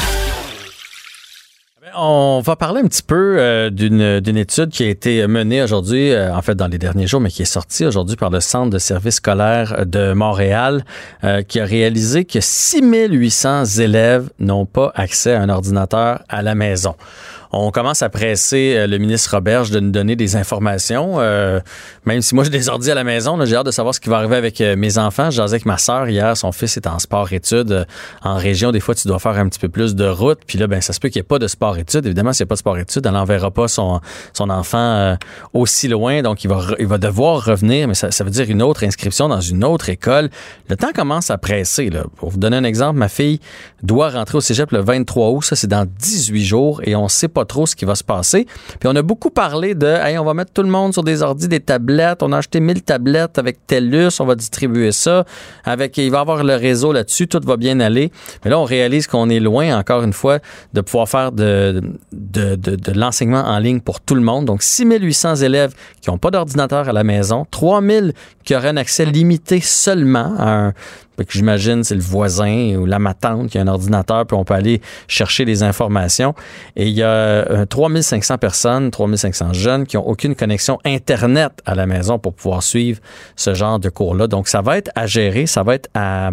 On va parler un petit peu d'une étude qui a été menée aujourd'hui, en fait dans les derniers jours, mais qui est sortie aujourd'hui par le Centre de services scolaires de Montréal, qui a réalisé que 6800 élèves n'ont pas accès à un ordinateur à la maison. On commence à presser le ministre Roberge de nous donner des informations. Même si moi, j'ai des ordi à la maison, là, j'ai hâte de savoir ce qui va arriver avec mes enfants. Je jasais avec ma sœur hier, son fils est en sport-études. En région, des fois, tu dois faire un petit peu plus de route. Puis là, ben ça se peut qu'il n'y ait pas de sport-études. Évidemment, s'il n'y a pas de sport-études, elle n'enverra pas son enfant aussi loin. Donc, il va devoir revenir. Mais ça veut dire une autre inscription dans une autre école. Le temps commence à presser. Là. Pour vous donner un exemple, ma fille doit rentrer au cégep le 23 août. Ça, c'est dans 18 jours. Et on sait pas trop ce qui va se passer. Puis on a beaucoup parlé de hey, on va mettre tout le monde sur des ordis, des tablettes. On a acheté 1000 tablettes avec TELUS, on va distribuer ça. Il va y avoir le réseau là-dessus, tout va bien aller. Mais là, on réalise qu'on est loin, encore une fois, de pouvoir faire de l'enseignement en ligne pour tout le monde. Donc, 6800 élèves qui n'ont pas d'ordinateur à la maison, 3000 qui auraient un accès limité seulement à un... J'imagine c'est le voisin ou ma tante qui a un ordinateur, puis on peut aller chercher des informations. Et il y a 3500 personnes, 3500 jeunes qui n'ont aucune connexion Internet à la maison pour pouvoir suivre ce genre de cours-là. Donc, ça va être à gérer, ça va être à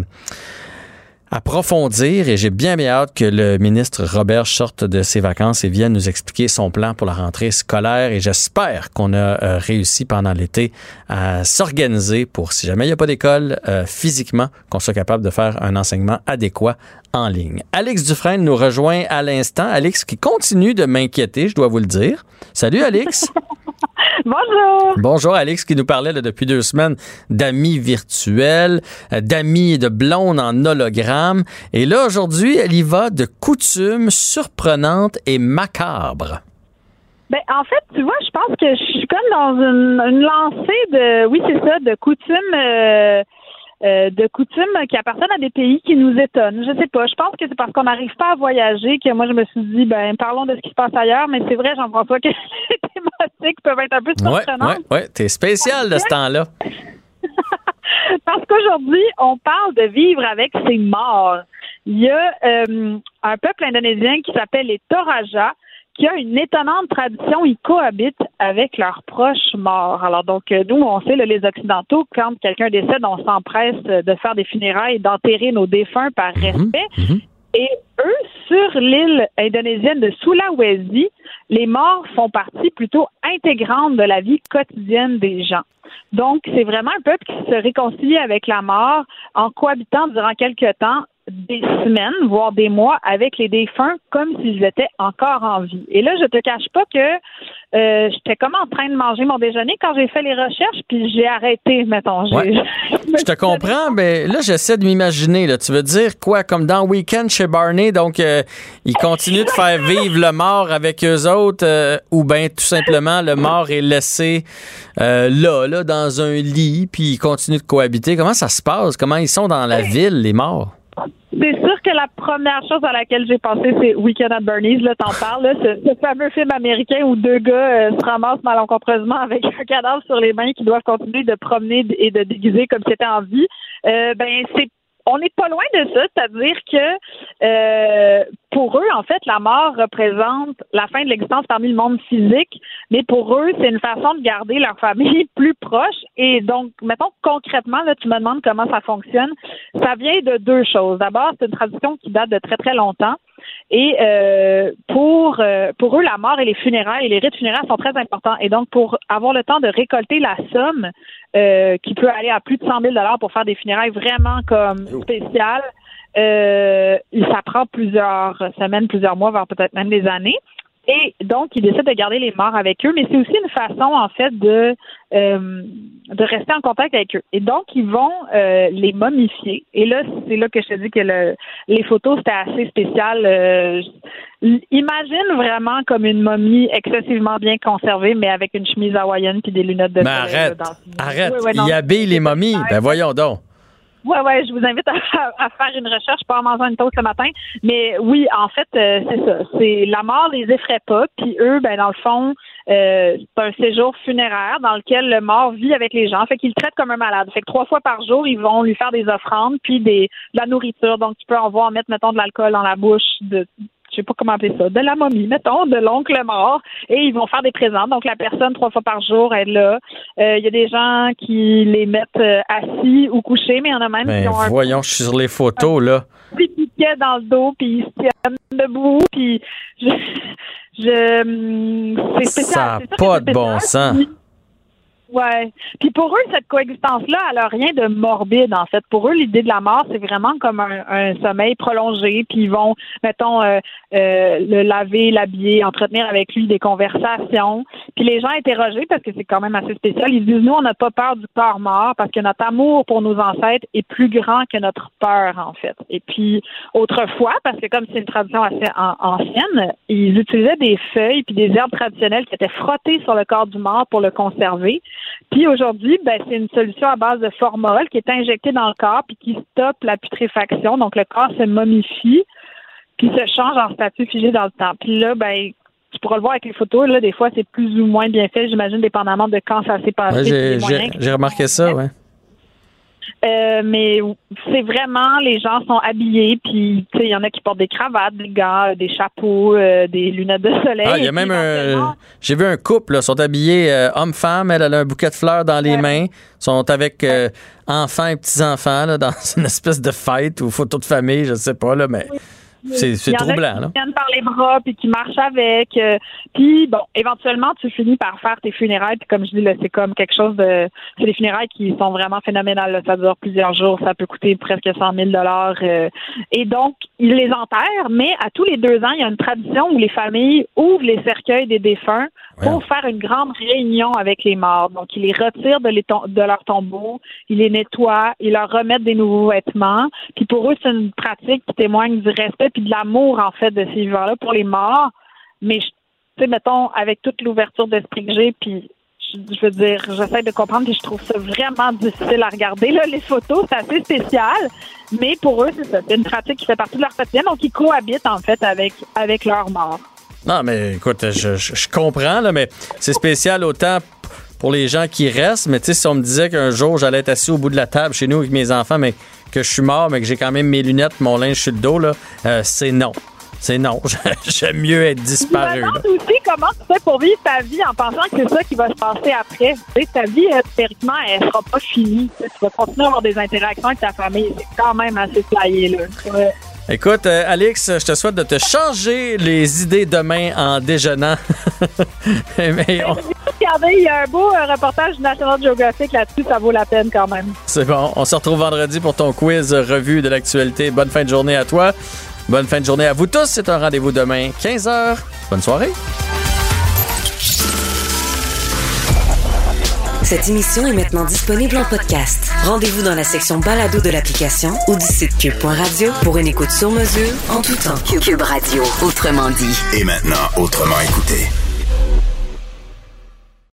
approfondir et j'ai bien hâte que le ministre Roberge sorte de ses vacances et vienne nous expliquer son plan pour la rentrée scolaire et j'espère qu'on a réussi pendant l'été à s'organiser pour, si jamais il n'y a pas d'école physiquement, qu'on soit capable de faire un enseignement adéquat en ligne. Alex Dufresne nous rejoint à l'instant. Alex qui continue de m'inquiéter, je dois vous le dire. Salut Alex! Bonjour! Bonjour, Alex, qui nous parlait là, depuis 2 semaines d'amis virtuels, d'amis et de blondes en hologramme. Et là, aujourd'hui, elle y va de coutumes surprenantes et macabres. Ben, en fait, tu vois, je pense que je suis comme dans une lancée de, oui, c'est ça, de coutumes qui appartiennent à des pays qui nous étonnent. Je sais pas. Je pense que c'est parce qu'on n'arrive pas à voyager que moi, je me suis dit, ben, parlons de ce qui se passe ailleurs. Mais c'est vrai, Jean-François, que les thématiques peuvent être un peu surprenantes. Ouais. T'es spécial de ce temps-là. Parce qu'aujourd'hui, on parle de vivre avec ses morts. Il y a un peuple indonésien qui s'appelle les Toraja, qui a une étonnante tradition, ils cohabitent avec leurs proches morts. Alors donc, nous, on sait, là, les Occidentaux, quand quelqu'un décède, on s'empresse de faire des funérailles, d'enterrer nos défunts par respect. Et eux, sur l'île indonésienne de Sulawesi, les morts font partie plutôt intégrante de la vie quotidienne des gens. Donc, c'est vraiment un peuple qui se réconcilie avec la mort en cohabitant durant quelques temps, des semaines, voire des mois, avec les défunts comme s'ils étaient encore en vie. Et là, je te cache pas que j'étais comme en train de manger mon déjeuner quand j'ai fait les recherches, puis j'ai arrêté, mettons. Je te comprends, mais là, j'essaie de m'imaginer. Là, tu veux dire quoi? Comme dans Weekend chez Barney, donc ils continuent de faire vivre le mort avec eux autres, ou bien tout simplement, le mort est laissé là, dans un lit, puis ils continuent de cohabiter. Comment ça se passe? Comment ils sont dans la ville, les morts? C'est sûr que la première chose à laquelle j'ai pensé, c'est Weekend at Bernie's, là, t'en parles, là, ce fameux film américain où 2 gars se ramassent malencontreusement avec un cadavre sur les mains qui doivent continuer de promener et de déguiser comme c'était en vie. On n'est pas loin de ça, c'est-à-dire que pour eux, en fait, la mort représente la fin de l'existence parmi le monde physique, mais pour eux, c'est une façon de garder leur famille plus proche. Et donc, mettons concrètement, là, tu me demandes comment ça fonctionne. Ça vient de 2 choses. D'abord, c'est une tradition qui date de très, très longtemps. Et pour eux, la mort et les funérailles et les rites funéraires sont très importants. Et donc, pour avoir le temps de récolter la somme qui peut aller à plus de 100 000 $ pour faire des funérailles vraiment comme spéciales, ça prend plusieurs semaines, plusieurs mois, voire peut-être même des années. Et donc, ils décident de garder les morts avec eux, mais c'est aussi une façon, en fait, de rester en contact avec eux. Et donc, ils vont les momifier. Et là, c'est là que je te dis que les photos, c'était assez spécial. Imagine vraiment comme une momie excessivement bien conservée, mais avec une chemise hawaïenne puis des lunettes de soleil. Arrête. Ils habillent les momies. Ben voyons donc. Ouais, je vous invite à faire une recherche, pas en mangeant une toast ce matin. Mais oui, en fait, c'est ça. La mort les effraie pas. Puis eux, ben dans le fond, c'est un séjour funéraire dans lequel le mort vit avec les gens. Fait qu'ils le traitent comme un malade. Fait que 3 fois par jour, ils vont lui faire des offrandes puis de la nourriture. Donc, tu peux en mettre, mettons, de l'alcool dans la bouche je sais pas comment appeler ça, de la momie, mettons, de l'oncle mort, et ils vont faire des présents. Donc, la personne, 3 fois par jour, est là. Il y a des gens qui les mettent assis ou couchés, mais il y en a même qui ont voyons, je suis sur les photos, là. Petit piquet dans le dos, puis ils se tiennent debout, puis c'est spécial. Ça n'a pas de bon sens. Ouais. Puis pour eux, cette coexistence-là, elle n'a rien de morbide, en fait. Pour eux, l'idée de la mort, c'est vraiment comme un sommeil prolongé. Puis ils vont, mettons, le laver, l'habiller, entretenir avec lui des conversations. Puis les gens interrogés, parce que c'est quand même assez spécial, ils disent, nous, on n'a pas peur du corps mort parce que notre amour pour nos ancêtres est plus grand que notre peur, en fait. Et puis, autrefois, parce que comme c'est une tradition assez ancienne, ils utilisaient des feuilles puis des herbes traditionnelles qui étaient frottées sur le corps du mort pour le conserver. Puis aujourd'hui, c'est une solution à base de formol qui est injectée dans le corps puis qui stoppe la putréfaction. Donc, le corps se momifie puis se change en statue figée dans le temps. Puis là, tu pourras le voir avec les photos. Là, des fois, c'est plus ou moins bien fait, j'imagine, dépendamment de quand ça s'est passé. Ouais, j'ai remarqué ça, ouais. Mais c'est vraiment, les gens sont habillés, puis il y en a qui portent des cravates, des gants, des chapeaux, des lunettes de soleil. Ah, il y a même j'ai vu un couple, là, sont habillés homme-femme, elle a un bouquet de fleurs dans les mains, sont avec enfants et petits-enfants là, dans une espèce de fête ou photo de famille, je sais pas, là, mais... C'est troublant, là. Qui tiennent par les bras puis qui marchent avec. Puis, bon, éventuellement, tu finis par faire tes funérailles. Puis, comme je dis, là, c'est comme quelque chose de... C'est des funérailles qui sont vraiment phénoménales. Là. Ça dure plusieurs jours. Ça peut coûter presque 100 000 $. Et donc, ils les enterrent. Mais à tous les 2 ans, il y a une tradition où les familles ouvrent les cercueils des défunts pour faire une grande réunion avec les morts. Donc, ils les retirent de leur tombeau, ils les nettoient, ils leur remettent des nouveaux vêtements. Puis pour eux, c'est une pratique qui témoigne du respect puis de l'amour, en fait, de ces vivants-là pour les morts. Mais, tu sais, mettons, avec toute l'ouverture d'esprit que j'ai, puis je veux dire, j'essaie de comprendre, puis je trouve ça vraiment difficile à regarder. Là, les photos, c'est assez spécial, mais pour eux, c'est ça. C'est une pratique qui fait partie de leur quotidien, donc ils cohabitent, en fait, avec leurs morts. Non, mais écoute, je comprends, là, mais c'est spécial autant pour les gens qui restent. Mais tu sais, si on me disait qu'un jour, j'allais être assis au bout de la table chez nous avec mes enfants, mais que je suis mort, mais que j'ai quand même mes lunettes, mon linge sur le dos, là, c'est non. C'est non. J'aime mieux être disparu. Je me demande aussi comment tu fais pour vivre ta vie en pensant que c'est ça qui va se passer après. Tu sais, ta vie, théoriquement, elle sera pas finie. Tu vas continuer à avoir des interactions avec ta famille. C'est quand même assez flyé, là. Ouais. Écoute, Alix, je te souhaite de te changer les idées demain en déjeunant. Regardez, il y a un beau reportage du National Geographic là-dessus, ça vaut la peine quand même. C'est bon, on se retrouve vendredi pour ton quiz revue de l'actualité. Bonne fin de journée à toi. Bonne fin de journée à vous tous. C'est un rendez-vous demain, 15h. Bonne soirée. Cette émission est maintenant disponible en podcast. Rendez-vous dans la section balado de l'application ou du site cube.radio pour une écoute sur mesure en tout temps. Cube Radio, autrement dit. Et maintenant, autrement écouté.